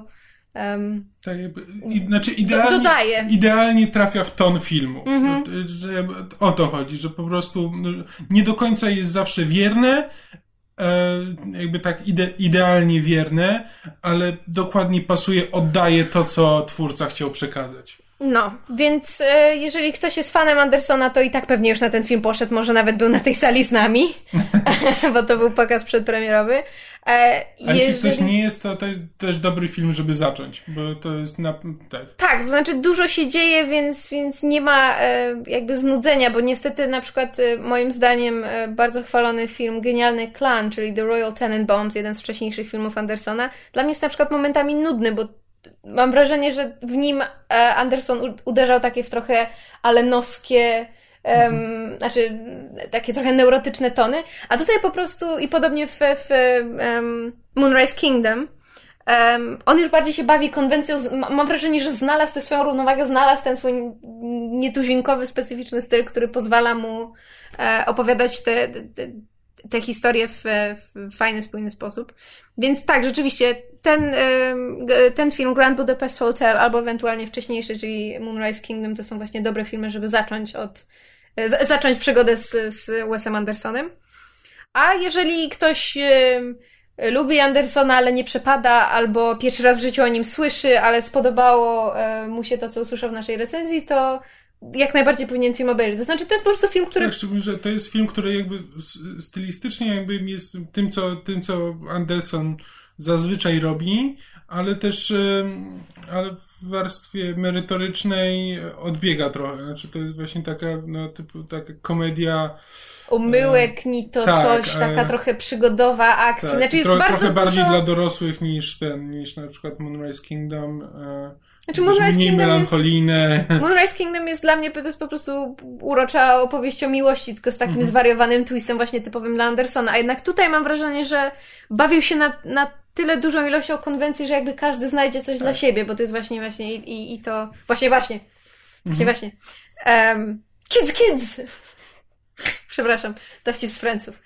Tak, znaczy idealnie trafia w ton filmu. Że o to chodzi, że po prostu nie do końca jest zawsze wierne, jakby tak idealnie wierne, ale dokładnie pasuje, oddaje to, co twórca chciał przekazać.
No, więc jeżeli ktoś jest fanem Andersona, to i tak pewnie już na ten film poszedł, może nawet był na tej sali z nami, bo to był pokaz przedpremierowy.
A jeśli ktoś nie jest, to jest też dobry film, żeby zacząć, bo to jest
Tak, to znaczy dużo się dzieje, więc nie ma jakby znudzenia, bo niestety na przykład moim zdaniem bardzo chwalony film Genialny Klan, czyli The Royal Tenenbaums, jeden z wcześniejszych filmów Andersona, dla mnie jest na przykład momentami nudny, bo mam wrażenie, że w nim Anderson uderzał takie w trochę alenowskie, znaczy takie trochę neurotyczne tony, a tutaj po prostu i podobnie w Moonrise Kingdom on już bardziej się bawi konwencją, mam wrażenie, że znalazł tę swoją równowagę, znalazł ten swój nietuzinkowy, specyficzny styl, który pozwala mu opowiadać te historie w fajny, spójny sposób. Więc tak, rzeczywiście ten film Grand Budapest Hotel albo ewentualnie wcześniejszy, czyli Moonrise Kingdom, to są właśnie dobre filmy, żeby zacząć przygodę z Wesem Andersonem. A jeżeli ktoś lubi Andersona, ale nie przepada, albo pierwszy raz w życiu o nim słyszy, ale spodobało mu się to, co usłyszał w naszej recenzji, to jak najbardziej powinien film obejrzeć. To znaczy, to jest po prostu film, który...
Tak, szczególnie, że to jest film, który jakby stylistycznie jakby jest tym, co Anderson zazwyczaj robi, ale też ale w warstwie merytorycznej odbiega trochę. Znaczy, to jest właśnie taka, taka komedia...
Omyłek, ni to tak, coś, taka trochę przygodowa akcja.
Tak,
znaczy jest bardzo
trochę bardziej
dużo...
dla dorosłych niż na przykład Moonrise Kingdom.
Znaczy Moonrise
melancholijne.
Moonrise Kingdom jest dla mnie, to jest po prostu urocza opowieść o miłości, tylko z takim zwariowanym twistem właśnie typowym dla Andersona. A jednak tutaj mam wrażenie, że bawił się na tyle dużą ilością konwencji, że jakby każdy znajdzie coś dla siebie, bo to jest właśnie i to... Właśnie. Kids! Przepraszam, dowcip z Friendsów.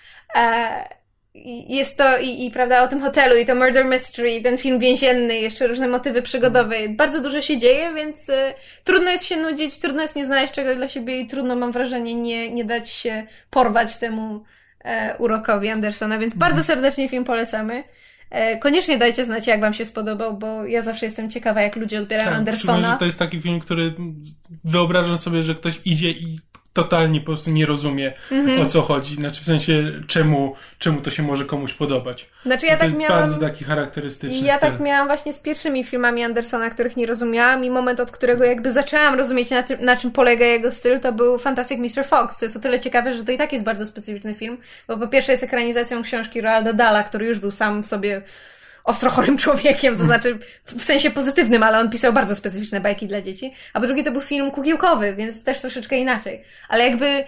Jest to prawda, o tym hotelu, i to Murder Mystery, ten film więzienny, jeszcze różne motywy przygodowe. Bardzo dużo się dzieje, więc trudno jest się nudzić, trudno jest nie znaleźć czegoś dla siebie i trudno, mam wrażenie, nie dać się porwać temu urokowi Andersona, więc bardzo serdecznie film polecamy. Koniecznie dajcie znać, jak wam się spodobał, bo ja zawsze jestem ciekawa, jak ludzie odbierają Andersona.
Że to jest taki film, który wyobrażam sobie, że ktoś idzie i totalnie po prostu nie rozumie, o co chodzi. Znaczy w sensie, czemu to się może komuś podobać.
Znaczy ja
to
tak
jest
miałam...
bardzo taki charakterystyczny
Ja
styl.
tak miałam właśnie z pierwszymi filmami Andersona, których nie rozumiałam, i moment, od którego jakby zaczęłam rozumieć, na czym polega jego styl, to był Fantastic Mr. Fox, co jest o tyle ciekawe, że to i tak jest bardzo specyficzny film, bo po pierwsze jest ekranizacją książki Roalda Dahla, który już był sam w sobie ostro chorym człowiekiem, to znaczy w sensie pozytywnym, ale on pisał bardzo specyficzne bajki dla dzieci, a po drugie to był film kukiełkowy, więc też troszeczkę inaczej. Ale jakby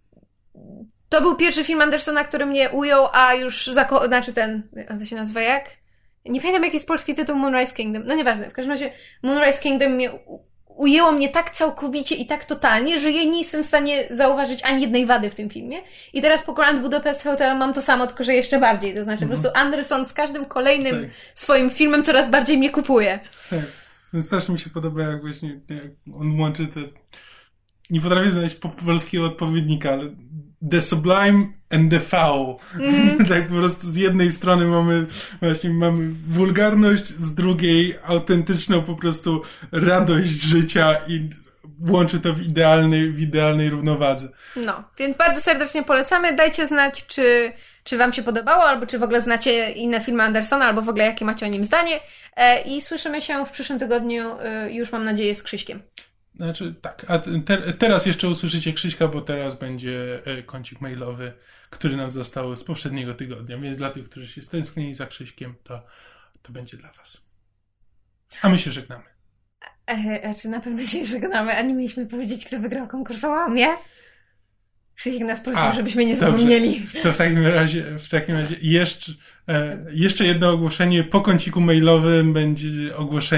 to był pierwszy film Andersona, który mnie ujął, a już znaczy on to się nazywa jak? Nie pamiętam, jaki jest polski tytuł Moonrise Kingdom. No nieważne, w każdym razie Moonrise Kingdom ujęło mnie tak całkowicie i tak totalnie, że ja nie jestem w stanie zauważyć ani jednej wady w tym filmie. I teraz po Grand Budapest Hotel mam to samo, tylko że jeszcze bardziej. To znaczy po prostu Anderson z każdym kolejnym swoim filmem coraz bardziej mnie kupuje.
Tak. No, strasznie mi się podoba, jak właśnie jak on łączy te... Nie potrafię znaleźć polskiego odpowiednika, ale The Sublime and the Foul. Tak po prostu z jednej strony mamy wulgarność, z drugiej autentyczną po prostu radość życia i łączy to w idealnej równowadze.
No, więc bardzo serdecznie polecamy. Dajcie znać, czy wam się podobało, albo czy w ogóle znacie inne filmy Andersona, albo w ogóle jakie macie o nim zdanie. I słyszymy się w przyszłym tygodniu, już mam nadzieję, z Krzyśkiem.
Znaczy tak, a teraz jeszcze usłyszycie Krzyśka, bo teraz będzie kącik mailowy, który nam został z poprzedniego tygodnia, więc dla tych, którzy się stęsknili za Krzyśkiem, to będzie dla was. A my się żegnamy.
Czy na pewno się żegnamy, a nie mieliśmy powiedzieć, kto wygrał konkurs o łamie? Krzysiek nas prosił, żebyśmy nie zapomnieli.
To w takim razie jeszcze jedno ogłoszenie. Po kąciku mailowym będzie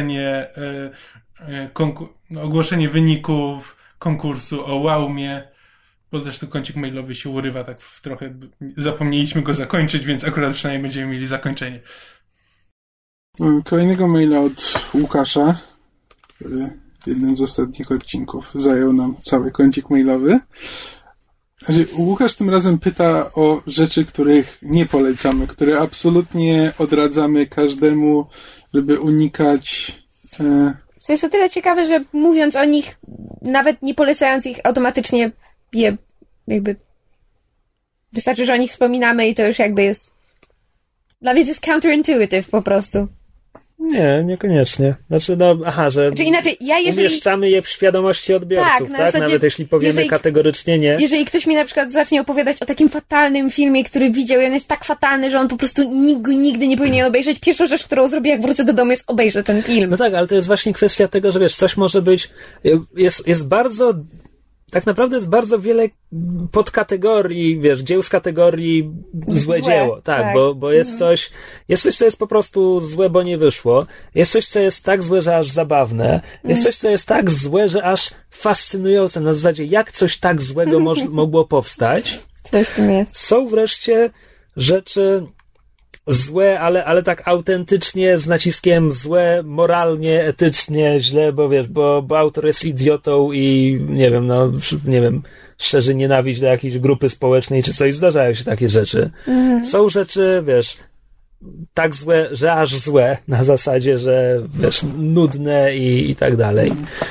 ogłoszenie wyników konkursu o Łaumie, bo zresztą kącik mailowy się urywa tak trochę, zapomnieliśmy go zakończyć, więc akurat przynajmniej będziemy mieli zakończenie. Mam kolejnego maila od Łukasza, który w jednym z ostatnich odcinków zajął nam cały kącik mailowy. Łukasz tym razem pyta o rzeczy, których nie polecamy, które absolutnie odradzamy każdemu, żeby unikać.
To jest o tyle ciekawe, że mówiąc o nich, nawet nie polecając ich, automatycznie je jakby wystarczy, że o nich wspominamy i to już jakby jest dla mnie to jest counterintuitive po prostu.
Nie, niekoniecznie. Znaczy, że
inaczej,
umieszczamy je w świadomości odbiorców, tak?
Zasadzie,
nawet jeśli powiemy kategorycznie nie.
Jeżeli ktoś mi na przykład zacznie opowiadać o takim fatalnym filmie, który widział i on jest tak fatalny, że on po prostu nigdy nie powinien obejrzeć, pierwszą rzecz, którą zrobię, jak wrócę do domu, jest obejrzę ten film.
No tak, ale to jest właśnie kwestia tego, że wiesz, coś może być, jest bardzo, tak naprawdę jest bardzo wiele podkategorii, wiesz, dzieł z kategorii złe dzieło. Tak. Bo jest coś, co jest po prostu złe, bo nie wyszło. Jest coś, co jest tak złe, że aż zabawne. Jest coś, co jest tak złe, że aż fascynujące. Na zasadzie, jak coś tak złego mogło powstać.
Coś w tym jest.
Są wreszcie rzeczy złe, ale tak autentycznie z naciskiem złe, moralnie, etycznie, źle, bo wiesz, bo autor jest idiotą i nie wiem, szerzy nienawiść do jakiejś grupy społecznej czy coś, zdarzają się takie rzeczy. Są rzeczy, wiesz, tak złe, że aż złe, na zasadzie, że wiesz, nudne i tak dalej.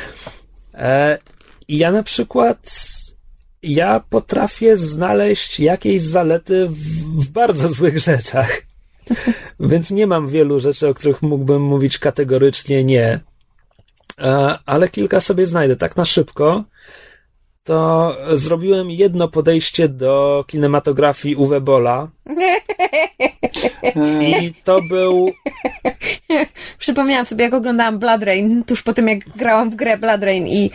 I ja na przykład potrafię znaleźć jakieś zalety w bardzo złych rzeczach. Więc nie mam wielu rzeczy, o których mógłbym mówić kategorycznie nie. Ale kilka sobie znajdę. Tak na szybko to zrobiłem jedno podejście do kinematografii Uwe Bolla. I to był...
Przypomniałam sobie, jak oglądałam Blood Rain, tuż po tym, jak grałam w grę Blood Rain i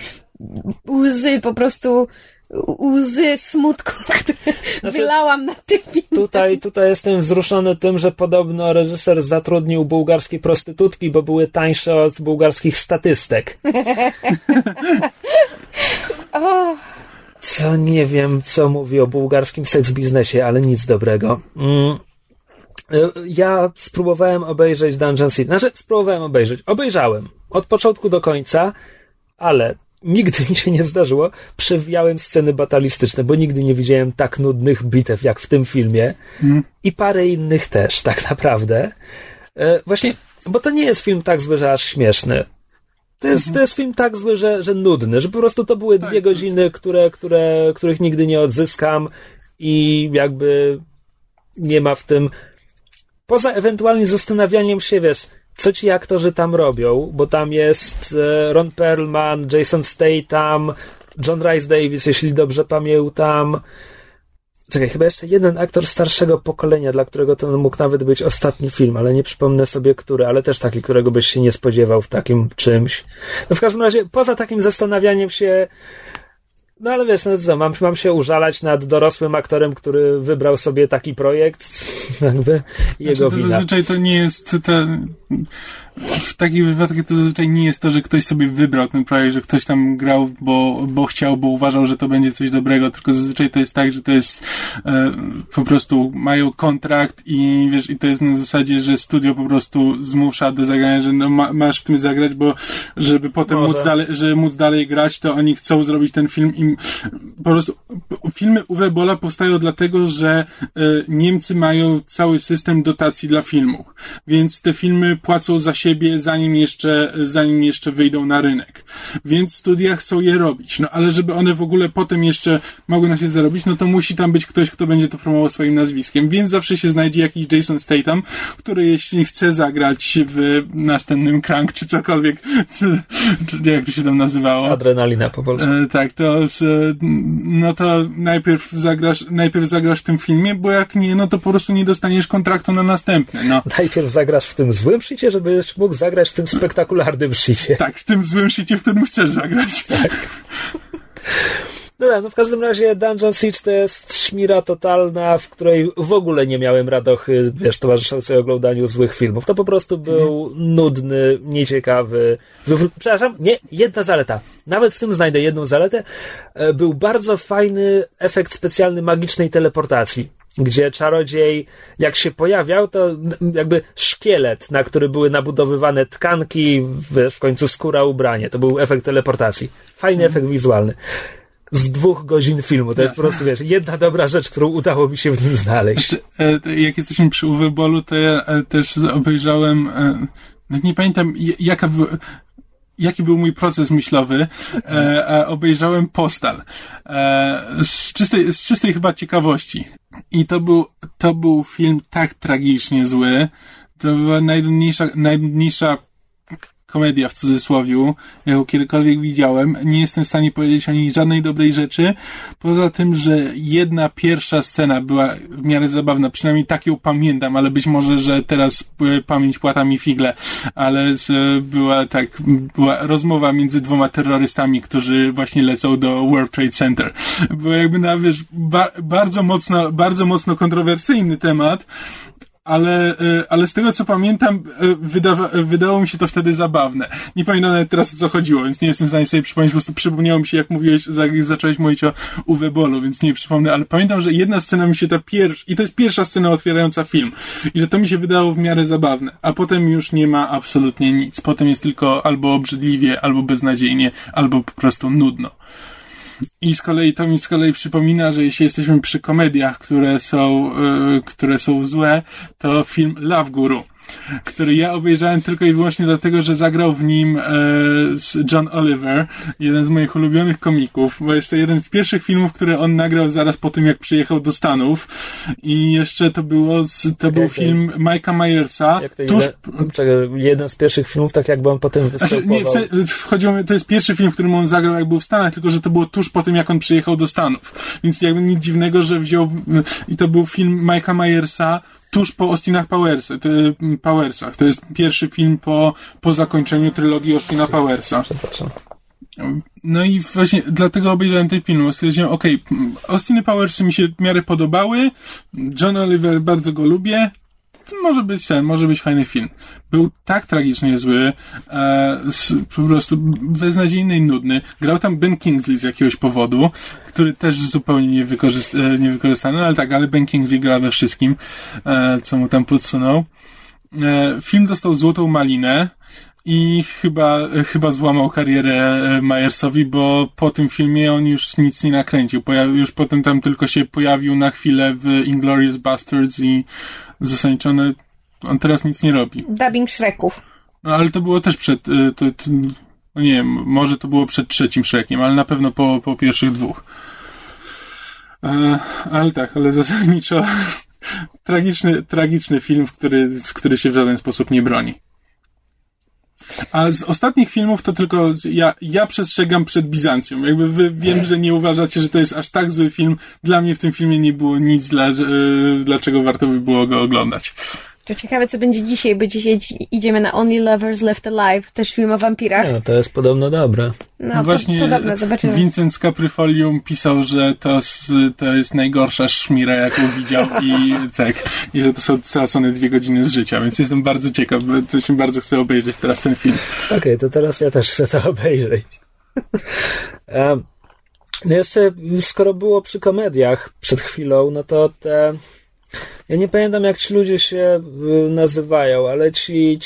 łzy smutku, które wylałam na tym filmie.
Tutaj jestem wzruszony tym, że podobno reżyser zatrudnił bułgarskie prostytutki, bo były tańsze od bułgarskich statystek. Co nie wiem, co mówi o bułgarskim seks biznesie, ale nic dobrego. Ja spróbowałem obejrzeć Dungeon City. Obejrzałem od początku do końca, ale nigdy mi się nie zdarzyło. Przewijałem sceny batalistyczne, bo nigdy nie widziałem tak nudnych bitew jak w tym filmie. I parę innych też, tak naprawdę. Właśnie, bo to nie jest film tak zły, że aż śmieszny. To jest film tak zły, że nudny, że po prostu to były 2 godziny, których nigdy nie odzyskam i jakby nie ma w tym, poza ewentualnie zastanawianiem się, wiesz, co ci aktorzy tam robią, bo tam jest Ron Perlman, Jason Statham, John Rhys Davies, jeśli dobrze pamiętam. Czekaj, chyba jeszcze jeden aktor starszego pokolenia, dla którego to mógł nawet być ostatni film, ale nie przypomnę sobie który, ale też taki, którego byś się nie spodziewał w takim czymś. No w każdym razie, poza takim zastanawianiem się, no ale wiesz, no co, mam się użalać nad dorosłym aktorem, który wybrał sobie taki projekt, jakby jego wina.
Zazwyczaj to nie jest w takich wypadkach to zazwyczaj nie jest to, że ktoś sobie wybrał ten projekt, że ktoś tam grał, bo chciał, bo uważał, że to będzie coś dobrego, tylko zazwyczaj to jest tak, że to jest po prostu mają kontrakt i wiesz, i to jest na zasadzie, że studio po prostu zmusza do zagrania, że no masz w tym zagrać, bo żeby potem móc dalej grać, to oni chcą zrobić ten film i po prostu filmy Uwe Bolla powstają dlatego, że Niemcy mają cały system dotacji dla filmów, więc te filmy płacą za siebie, zanim jeszcze wyjdą na rynek. Więc studia chcą je robić. No ale żeby one w ogóle potem jeszcze mogły na się zarobić, no to musi tam być ktoś, kto będzie to promował swoim nazwiskiem. Więc zawsze się znajdzie jakiś Jason Statham, który jeśli chce zagrać w następnym Crank, czy cokolwiek, jak to się tam nazywało?
Adrenalina po polsku.
Tak, no to najpierw zagrasz w tym filmie, bo jak nie, no to po prostu nie dostaniesz kontraktu na następny. No.
Najpierw zagrasz w tym złym shicie, żebyś mógł zagrać w tym spektakularnym shicie.
Tak, w tym złym shicie, w którym chcesz zagrać.
Tak. No w każdym razie Dungeon Siege to jest szmira totalna, w której w ogóle nie miałem radochy, wiesz, towarzyszącej oglądaniu złych filmów. To po prostu był nudny, nieciekawy. Przepraszam, nie, jedna zaleta. Nawet w tym znajdę jedną zaletę. Był bardzo fajny efekt specjalny magicznej teleportacji. gdzie czarodziej, jak się pojawiał, to jakby szkielet, na który były nabudowywane tkanki, w końcu skóra, ubranie. To był efekt teleportacji. Fajny efekt wizualny. Z 2 godzin filmu. To jest po prostu, jedna dobra rzecz, którą udało mi się w nim znaleźć.
Jak jesteśmy przy Uwe Bollu, to ja też obejrzałem, nie pamiętam jaki był mój proces myślowy, obejrzałem Postal. Z czystej chyba ciekawości. I to był film tak tragicznie zły. To była najnudniejsza komedia w cudzysłowiu, jaką kiedykolwiek widziałem. Nie jestem w stanie powiedzieć o niej żadnej dobrej rzeczy, poza tym, że jedna pierwsza scena była w miarę zabawna, przynajmniej tak ją pamiętam, ale być może, że teraz pamięć płata mi figle, ale była rozmowa między 2 terrorystami, którzy właśnie lecą do World Trade Center. Było jakby bardzo mocno kontrowersyjny temat, ale z tego co pamiętam, wydało mi się to wtedy zabawne. Nie pamiętam nawet teraz o co chodziło, więc nie jestem w stanie sobie przypomnieć, po prostu przypomniało mi się, jak mówiłeś, jak zacząłeś mówić o Uwe Bollu, więc nie przypomnę, ale pamiętam, że jedna scena mi się i to jest pierwsza scena otwierająca film, i że to mi się wydało w miarę zabawne, a potem już nie ma absolutnie nic. Potem jest tylko albo obrzydliwie, albo beznadziejnie, albo po prostu nudno. I to mi z kolei przypomina, że jeśli jesteśmy przy komediach, które są złe, to film Love Guru, który ja obejrzałem tylko i wyłącznie dlatego, że zagrał w nim John Oliver, jeden z moich ulubionych komików, bo jest to jeden z pierwszych filmów, które on nagrał zaraz po tym, jak przyjechał do Stanów, i jeszcze to był film Mike'a Myersa.
Jeden z pierwszych filmów, tak jakby on potem występował.
Chodziło mi, to jest pierwszy film, w którym on zagrał, jak był w Stanach, tylko że to było tuż po tym, jak on przyjechał do Stanów. Więc jakby nic dziwnego, że wziął, i to był film Mike'a Myersa tuż po Austinach Powersach. To jest pierwszy film po zakończeniu trylogii Austina Powersa.
Przepraszam.
No i właśnie dlatego obejrzałem ten film. Stwierdziłem, Austiny Powersy mi się w miarę podobały, John Oliver bardzo go lubię, może być fajny film. Był tak tragicznie zły, po prostu beznadziejny i nudny. Grał tam Ben Kingsley z jakiegoś powodu, który też zupełnie niewykorzystany, ale Ben Kingsley gra we wszystkim, co mu tam podsunął. Film dostał Złotą Malinę i chyba złamał karierę Myersowi, bo po tym filmie on już nic nie nakręcił. Już potem tam tylko się pojawił na chwilę w Inglourious Basterds i zasadniczony, on teraz nic nie robi.
Dubbing Shreków.
No ale to było też nie wiem, może to było przed 3 Shrekiem, ale na pewno po pierwszych 2. Ale zasadniczo tragiczny film, który się w żaden sposób nie broni. A z ostatnich filmów to tylko ja przestrzegam przed Bizancją. Wiem, że nie uważacie, że to jest aż tak zły film. Dla mnie w tym filmie nie było nic, dlaczego warto by było go oglądać.
To ciekawe, co będzie dzisiaj, bo dzisiaj idziemy na Only Lovers Left Alive, też film o wampirach.
No, to jest podobno dobre.
No,
właśnie
podobne, zobaczymy.
Vincent z Caprifolium pisał, że to jest najgorsza szmira, jaką widział i że to są stracone 2 godziny z życia, więc jestem bardzo ciekaw, bo to się bardzo chcę obejrzeć teraz ten film.
Okej, to teraz ja też chcę to obejrzeć. Jeszcze, skoro było przy komediach przed chwilą, no to ja nie pamiętam, jak ci ludzie się nazywają, ale ci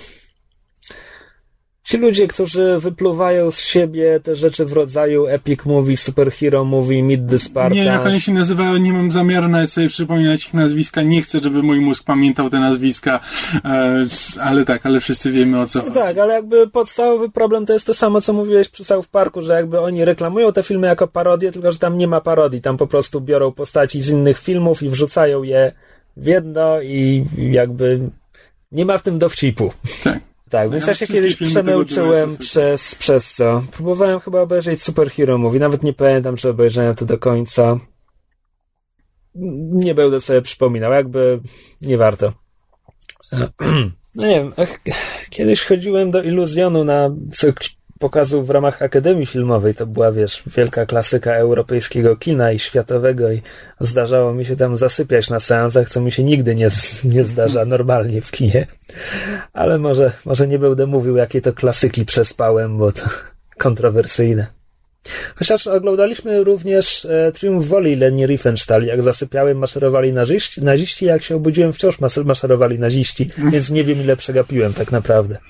ludzie, którzy wypluwają z siebie te rzeczy w rodzaju epic movie, superhero movie, Meet the Spartans.
Nie, jak oni się nazywają, nie mam zamiaru nawet sobie przypominać ich nazwiska, nie chcę, żeby mój mózg pamiętał te nazwiska, ale wszyscy wiemy, o co chodzi.
Tak, ale jakby podstawowy problem to jest to samo, co mówiłeś przy South Parku, że jakby oni reklamują te filmy jako parodie, tylko że tam nie ma parodii, tam po prostu biorą postaci z innych filmów i wrzucają je w jedno i jakby nie ma w tym dowcipu. Tak, więc ja się kiedyś przemęczyłem przez co. Próbowałem chyba obejrzeć Superhero Movie, nawet nie pamiętam, czy obejrzałem to do końca. Nie będę sobie przypominał, jakby nie warto. No nie wiem, kiedyś chodziłem do Iluzjonu na pokazów w ramach Akademii Filmowej, to była, wielka klasyka europejskiego kina i światowego i zdarzało mi się tam zasypiać na seansach, co mi się nigdy nie zdarza normalnie w kinie. Ale może nie będę mówił, jakie to klasyki przespałem, bo to kontrowersyjne. Chociaż oglądaliśmy również Triumf Woli Leni Riefenstahl, jak zasypiałem, maszerowali naziści, jak się obudziłem, wciąż maszerowali naziści, więc nie wiem, ile przegapiłem tak naprawdę.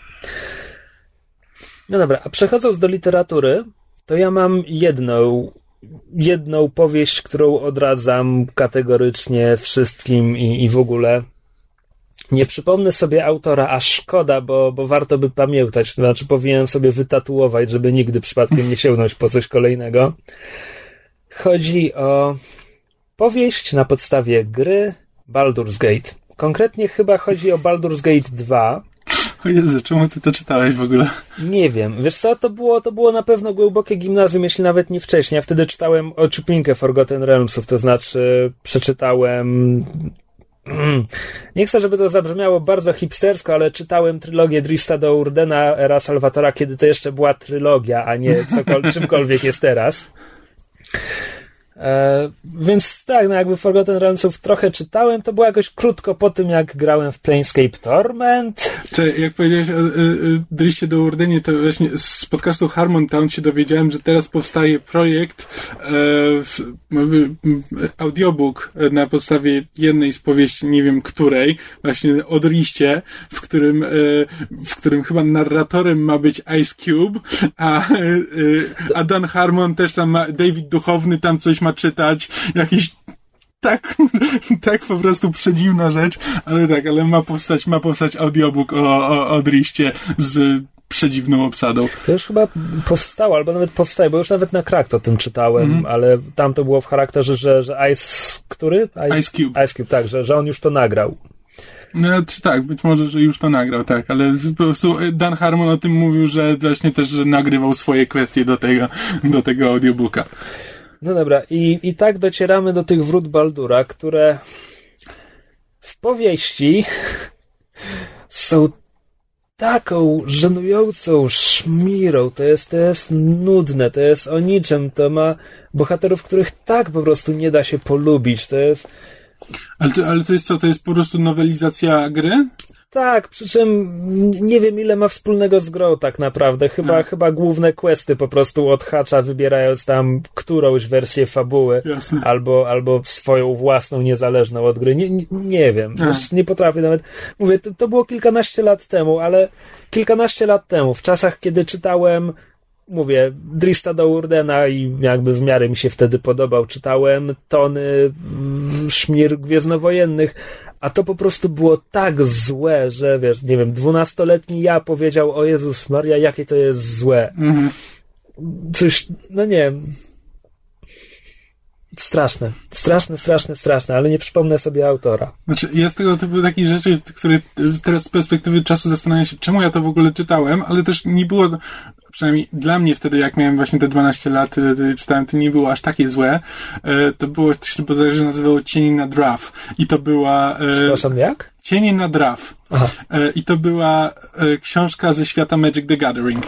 No dobra, a przechodząc do literatury, to ja mam jedną powieść, którą odradzam kategorycznie wszystkim i w ogóle. Nie przypomnę sobie autora, a szkoda, bo warto by pamiętać, to znaczy powinienem sobie wytatuować, żeby nigdy przypadkiem nie sięgnąć po coś kolejnego. Chodzi o powieść na podstawie gry Baldur's Gate. Konkretnie chyba chodzi o Baldur's Gate 2.
O Jezu, czemu ty to czytałeś w ogóle?
Nie wiem. Wiesz co, to było na pewno głębokie gimnazjum, jeśli nawet nie wcześniej. Ja wtedy czytałem Ociupinkę Forgotten Realmsów, to znaczy przeczytałem... Nie chcę, żeby to zabrzmiało bardzo hipstersko, ale czytałem trylogię Drista do Urdena, Era Salvatora, kiedy to jeszcze była trylogia, a nie czymkolwiek jest teraz. Więc tak, no jakby Forgotten Realmsów trochę czytałem, to było jakoś krótko po tym, jak grałem w Planescape Torment.
Czy jak powiedziałeś o Dristie do Urdenie, to właśnie z podcastu Harmontown się dowiedziałem, że teraz powstaje projekt audiobook na podstawie jednej z powieści, nie wiem której, właśnie o Dristie, w którym chyba narratorem ma być Ice Cube, a Dan Harmon też tam ma, David Duchowny tam coś ma czytać, jakiś tak po prostu przedziwna rzecz, ale ma powstać audiobook o Dristie z przedziwną obsadą.
To już chyba powstało, albo nawet powstaje, bo już nawet na Cracked o tym czytałem, ale tam to było w charakterze, że Ice Cube, tak, że on już to nagrał.
No, tak, być może, że już to nagrał, tak, ale po prostu Dan Harmon o tym mówił, że właśnie też, że nagrywał swoje kwestie do tego audiobooka.
No dobra, i tak docieramy do tych wrót Baldura, które w powieści są taką żenującą szmirą, to jest nudne, to jest o niczym, to ma bohaterów, których tak po prostu nie da się polubić, to jest...
Ale to jest co, to jest po prostu nowelizacja gry?
Tak, przy czym nie wiem, ile ma wspólnego z grą tak naprawdę. Chyba główne questy po prostu odhacza, wybierając tam którąś wersję fabuły, albo swoją własną, niezależną od gry. Nie wiem, już nie potrafię nawet. Mówię, to było kilkanaście lat temu, ale kilkanaście lat temu, w czasach, kiedy czytałem, mówię, Drista do Urdena i jakby w miarę mi się wtedy podobał, czytałem tony szmir gwiezdnowojennych, a to po prostu było tak złe, że wiesz, nie wiem, 12-letni ja powiedział, o Jezus Maria, jakie to jest złe. Coś, no nie wiem. Straszne, ale nie przypomnę sobie autora.
Znaczy, jest tego typu takich rzeczy, które teraz z perspektywy czasu zastanawiam się, czemu ja to w ogóle czytałem, ale też nie było, przynajmniej dla mnie wtedy, jak miałem właśnie te 12 lat, czytałem, to nie było aż takie złe. To było, to się bodajże nazywało Cienie na Draw. I to była...
Przepraszam, jak?
Cienie na Draw. I to była książka ze świata Magic the Gathering.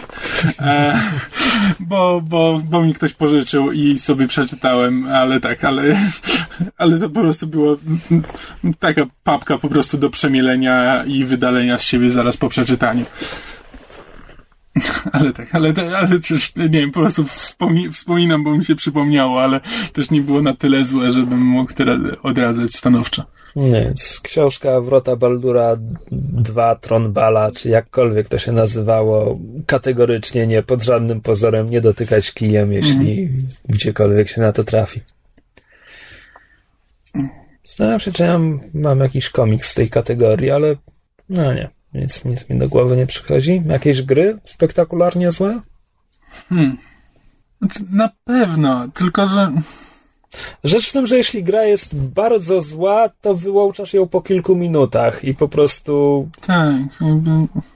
Bo mi ktoś pożyczył i sobie przeczytałem, ale to po prostu było taka papka po prostu do przemielenia i wydalenia z siebie zaraz po przeczytaniu. Ale też, nie wiem, po prostu wspominam, bo mi się przypomniało, ale też nie było na tyle złe, żebym mógł teraz odradzać stanowczo.
Więc książka Wrota Baldura 2, Tron Bala, czy jakkolwiek to się nazywało, kategorycznie nie, pod żadnym pozorem nie dotykać kijem, jeśli gdziekolwiek się na to trafi. Zastanawiam się, czy ja mam jakiś komiks z tej kategorii, ale no nie, nic mi do głowy nie przychodzi. Jakieś gry spektakularnie złe?
Na pewno, tylko że...
Rzecz w tym, że jeśli gra jest bardzo zła, to wyłączasz ją po kilku minutach i po prostu...
Tak, jakby...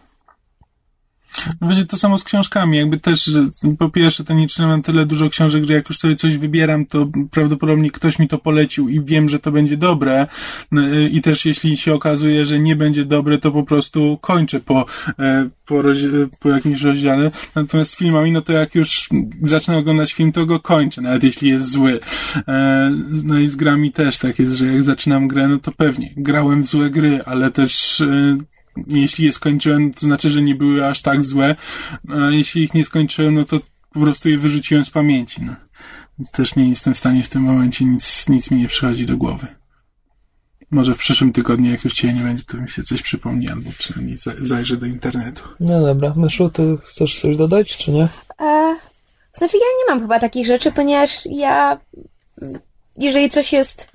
Będzie to samo z książkami, jakby też, że po pierwsze to nie czytam tyle dużo książek, że jak już sobie coś wybieram, to prawdopodobnie ktoś mi to polecił i wiem, że to będzie dobre i też jeśli się okazuje, że nie będzie dobre, to po prostu kończę po jakimś rozdziale. Natomiast z filmami, no to jak już zacznę oglądać film, to go kończę, nawet jeśli jest zły. No i z grami też tak jest, że jak zaczynam grę, no to pewnie grałem w złe gry, ale też jeśli je skończyłem, to znaczy, że nie były aż tak złe. A jeśli ich nie skończyłem, no to po prostu je wyrzuciłem z pamięci. No. Też nie jestem w stanie w tym momencie, nic mi nie przychodzi do głowy. Może w przyszłym tygodniu, jak już cię nie będzie, to mi się coś przypomni, albo przynajmniej zajrzę do internetu.
No dobra, Myszu, ty chcesz coś dodać, czy nie?
Znaczy ja nie mam chyba takich rzeczy, ponieważ jeżeli coś jest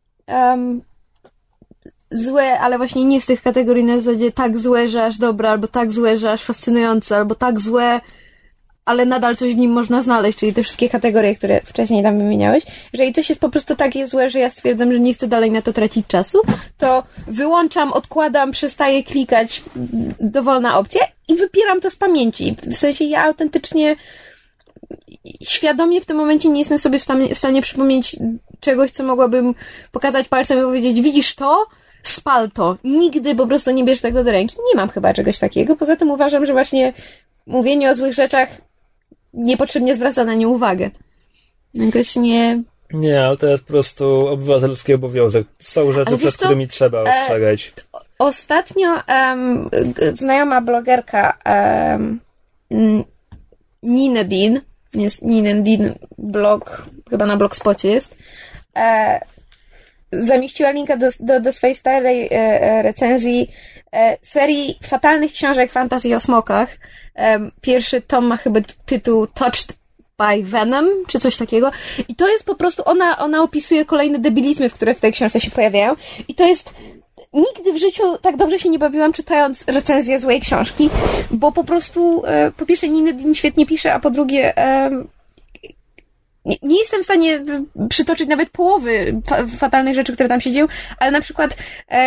złe, ale właśnie nie z tych kategorii na zasadzie tak złe, że aż dobre, albo tak złe, że aż fascynujące, albo tak złe, ale nadal coś w nim można znaleźć, czyli te wszystkie kategorie, które wcześniej tam wymieniałeś. Jeżeli coś jest po prostu takie złe, że ja stwierdzam, że nie chcę dalej na to tracić czasu, to wyłączam, odkładam, przestaję klikać, dowolna opcja i wypieram to z pamięci. W sensie ja autentycznie świadomie w tym momencie nie jestem sobie w stanie przypomnieć czegoś, co mogłabym pokazać palcem i powiedzieć, widzisz to? Spal to. Nigdy po prostu nie bierz tego do ręki. Nie mam chyba czegoś takiego. Poza tym uważam, że właśnie mówienie o złych rzeczach niepotrzebnie zwraca na nie uwagę. Jakoś nie...
Nie, ale to jest po prostu obywatelski obowiązek. Są rzeczy, przed którymi trzeba ostrzegać.
Ostatnio znajoma blogerka Nina Dean, jest Nina Dean blog, chyba na Blogspocie jest, zamieściła linka do swojej starej recenzji serii fatalnych książek fantasy o smokach. Pierwszy tom ma chyba tytuł Touched by Venom, czy coś takiego. I to jest po prostu, ona opisuje kolejne debilizmy, które w tej książce się pojawiają. I to jest... Nigdy w życiu tak dobrze się nie bawiłam czytając recenzję złej książki, bo po prostu po pierwsze Nina Dean świetnie pisze, a po drugie nie jestem w stanie przytoczyć nawet połowy fatalnych rzeczy, które tam się dzieją, ale na przykład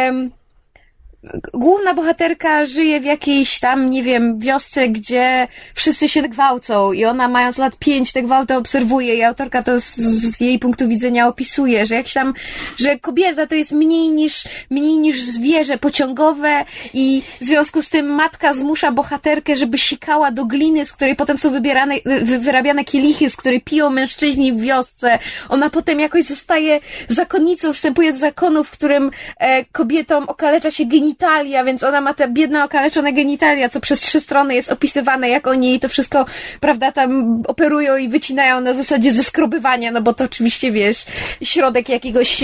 główna bohaterka żyje w jakiejś tam, nie wiem, wiosce, gdzie wszyscy się gwałcą i ona mając lat 5 te gwałty obserwuje i autorka to z jej punktu widzenia opisuje, że jakiś tam, że kobieta to jest mniej niż zwierzę pociągowe i w związku z tym matka zmusza bohaterkę, żeby sikała do gliny, z której potem są wyrabiane kielichy, z której piją mężczyźni w wiosce. Ona potem jakoś zostaje zakonnicą, wstępuje do zakonu, w którym kobietom okalecza się genitalia, więc ona ma te biedne okaleczone genitalia, co przez 3 strony jest opisywane, jak oni jej to wszystko, prawda, tam operują i wycinają na zasadzie zeskrobywania, no bo to oczywiście, wiesz, środek jakiegoś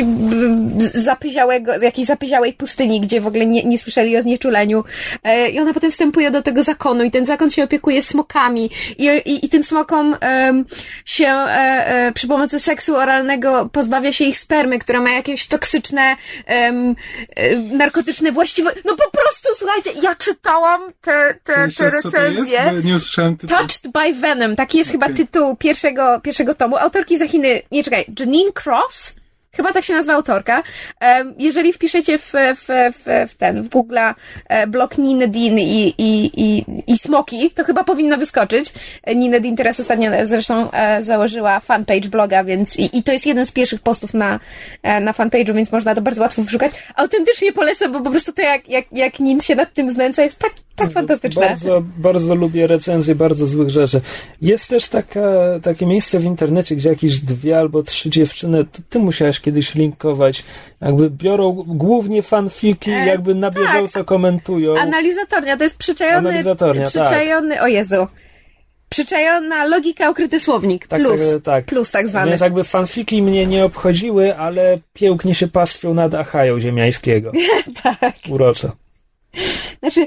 jakiejś zapyziałej pustyni, gdzie w ogóle nie słyszeli o znieczuleniu. I ona potem wstępuje do tego zakonu i ten zakon się opiekuje smokami i tym smokom się przy pomocy seksu oralnego pozbawia się ich spermy, która ma jakieś toksyczne narkotyczne właściwości. No po prostu, słuchajcie, ja czytałam te recenzje.
Nie usłyszałem tytułu.
Touched by Venom. Taki jest chyba tytuł pierwszego tomu. Autorki za Chiny, Janine Cross? Chyba tak się nazywa autorka. Jeżeli wpiszecie w Google'a blog Nina Dean i smoki, to chyba powinno wyskoczyć. Nina Dean teraz ostatnio zresztą założyła fanpage bloga, więc i to jest jeden z pierwszych postów na fanpage'u, więc można to bardzo łatwo wyszukać. Autentycznie polecam, bo po prostu to jak Nin się nad tym znęca jest tak fantastyczne.
Bardzo, bardzo lubię recenzje bardzo złych rzeczy. Jest też takie miejsce w internecie, gdzie jakieś 2 albo 3 dziewczyny, ty musiałaś kiedyś linkować, jakby biorą głównie fanfiki, jakby na bieżąco komentują.
Analizatornia, to jest przyczajony, o Jezu. Przyczajona logika, ukryty słownik. Plus tak zwany.
Więc jakby fanfiki mnie nie obchodziły, ale pięknie się pastwią nad Achaią ziemiańskiego.
Tak.
Urocze.
Znaczy,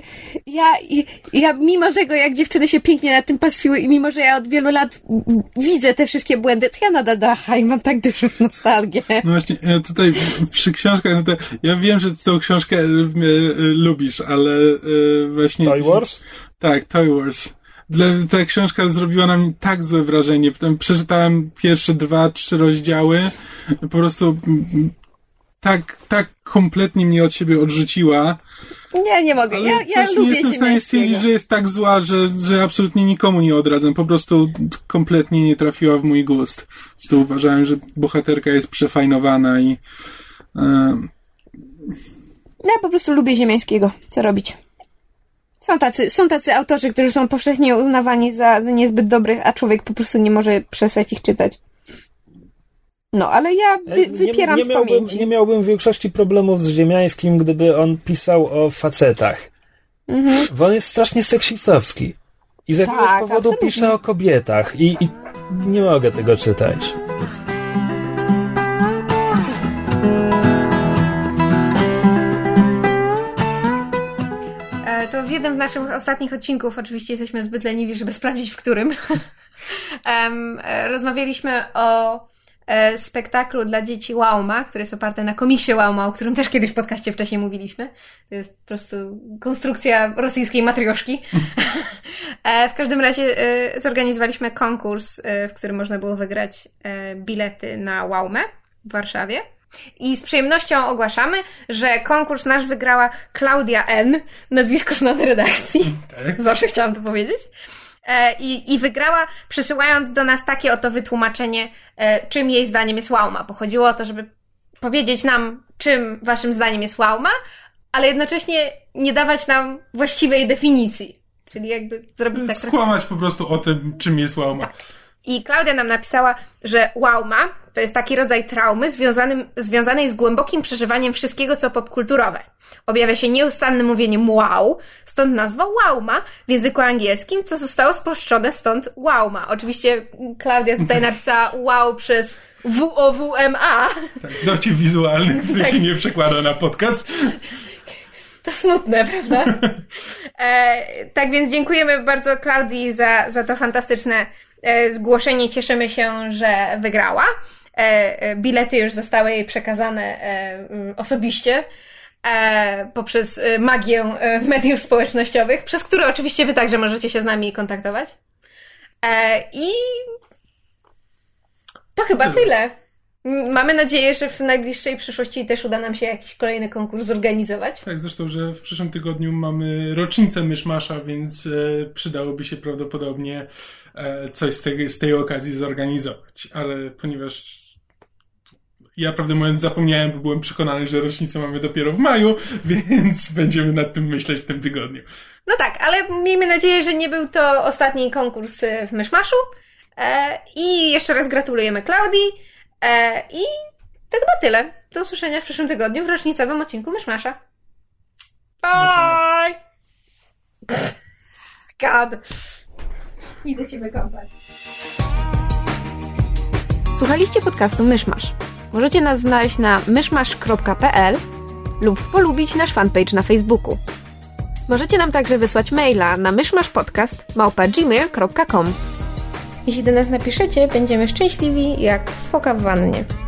ja mimo tego, jak dziewczyny się pięknie nad tym pastwiły i mimo, że ja od wielu lat widzę te wszystkie błędy, to ja nadal do Achai mam tak dużą nostalgię.
No właśnie, tutaj przy książkach, no to ja wiem, że ty tą książkę lubisz, ale właśnie...
Toy Wars?
Tak, Toy Wars. Ta książka zrobiła na mnie tak złe wrażenie. Potem przeczytałem pierwsze 2-3 rozdziały. Po prostu tak kompletnie mnie od siebie odrzuciła.
Nie mogę. Ja lubię
nie jestem w stanie stwierdzić, że jest tak zła, że absolutnie nikomu nie odradzam. Po prostu kompletnie nie trafiła w mój gust. To uważałem, że bohaterka jest przefajnowana i...
Ja po prostu lubię Ziemiańskiego. Co robić? Są tacy autorzy, którzy są powszechnie uznawani za niezbyt dobrych, a człowiek po prostu nie może przestać ich czytać. No, ale ja wypieram z pamięci.
Nie miałbym w większości problemów z Ziemiańskim, gdyby on pisał o facetach. Bo on jest strasznie seksistowski. I z jakiegoś powodu
absolutnie.
pisze o kobietach i nie mogę tego czytać.
To w jednym z naszych ostatnich odcinków, oczywiście jesteśmy zbyt leniwi, żeby sprawdzić w którym, rozmawialiśmy o spektaklu dla dzieci Łauma, który jest oparty na komiksie Łauma, o którym też kiedyś w podcaście wcześniej mówiliśmy. To jest po prostu konstrukcja rosyjskiej matrioszki. W każdym razie zorganizowaliśmy konkurs, w którym można było wygrać bilety na Łaumę w Warszawie. I z przyjemnością ogłaszamy, że konkurs nasz wygrała Klaudia N., nazwisko znane redakcji.
Tak.
Zawsze chciałam to powiedzieć. I wygrała, przysyłając do nas takie oto wytłumaczenie, czym jej zdaniem jest Łauma. Bo chodziło o to, żeby powiedzieć nam, czym waszym zdaniem jest Łauma, ale jednocześnie nie dawać nam właściwej definicji. Czyli jakby zrobić tak...
Skłamać po prostu o tym, czym jest Łauma.
Tak. I Klaudia nam napisała, że Łauma to jest taki rodzaj traumy związanej z głębokim przeżywaniem wszystkiego, co popkulturowe. Objawia się nieustannym mówieniem wow, stąd nazwa Łauma w języku angielskim, co zostało spolszczone, stąd Łauma. Oczywiście Klaudia tutaj napisała wow przez WOWMA.
Tak, dowcip wizualny, który
Tak.
się nie przekłada na podcast.
To smutne, prawda? Tak więc dziękujemy bardzo Klaudii za to fantastyczne zgłoszenie. Cieszymy się, że wygrała. Bilety już zostały jej przekazane osobiście poprzez magię mediów społecznościowych, przez które oczywiście wy także możecie się z nami kontaktować. I to chyba tyle. Mamy nadzieję, że w najbliższej przyszłości też uda nam się jakiś kolejny konkurs zorganizować.
Tak, zresztą, że w przyszłym tygodniu mamy rocznicę Myszmasza, więc przydałoby się prawdopodobnie coś z tej okazji zorganizować. Ale ponieważ ja, prawdę mówiąc, zapomniałem, bo byłem przekonany, że rocznicę mamy dopiero w maju, więc będziemy nad tym myśleć w tym tygodniu.
No tak, ale miejmy nadzieję, że nie był to ostatni konkurs w Myszmaszu. I jeszcze raz gratulujemy Klaudii. I to chyba tyle. Do usłyszenia w przyszłym tygodniu w rocznicowym odcinku Myszmasza. Bye! God. Idę się wykąpać. Słuchaliście podcastu Myszmasz. Możecie nas znaleźć na myszmasz.pl lub polubić nasz fanpage na Facebooku. Możecie nam także wysłać maila na myszmaszpodcast@gmail.com. Jeśli do nas napiszecie, będziemy szczęśliwi jak foka w wannie.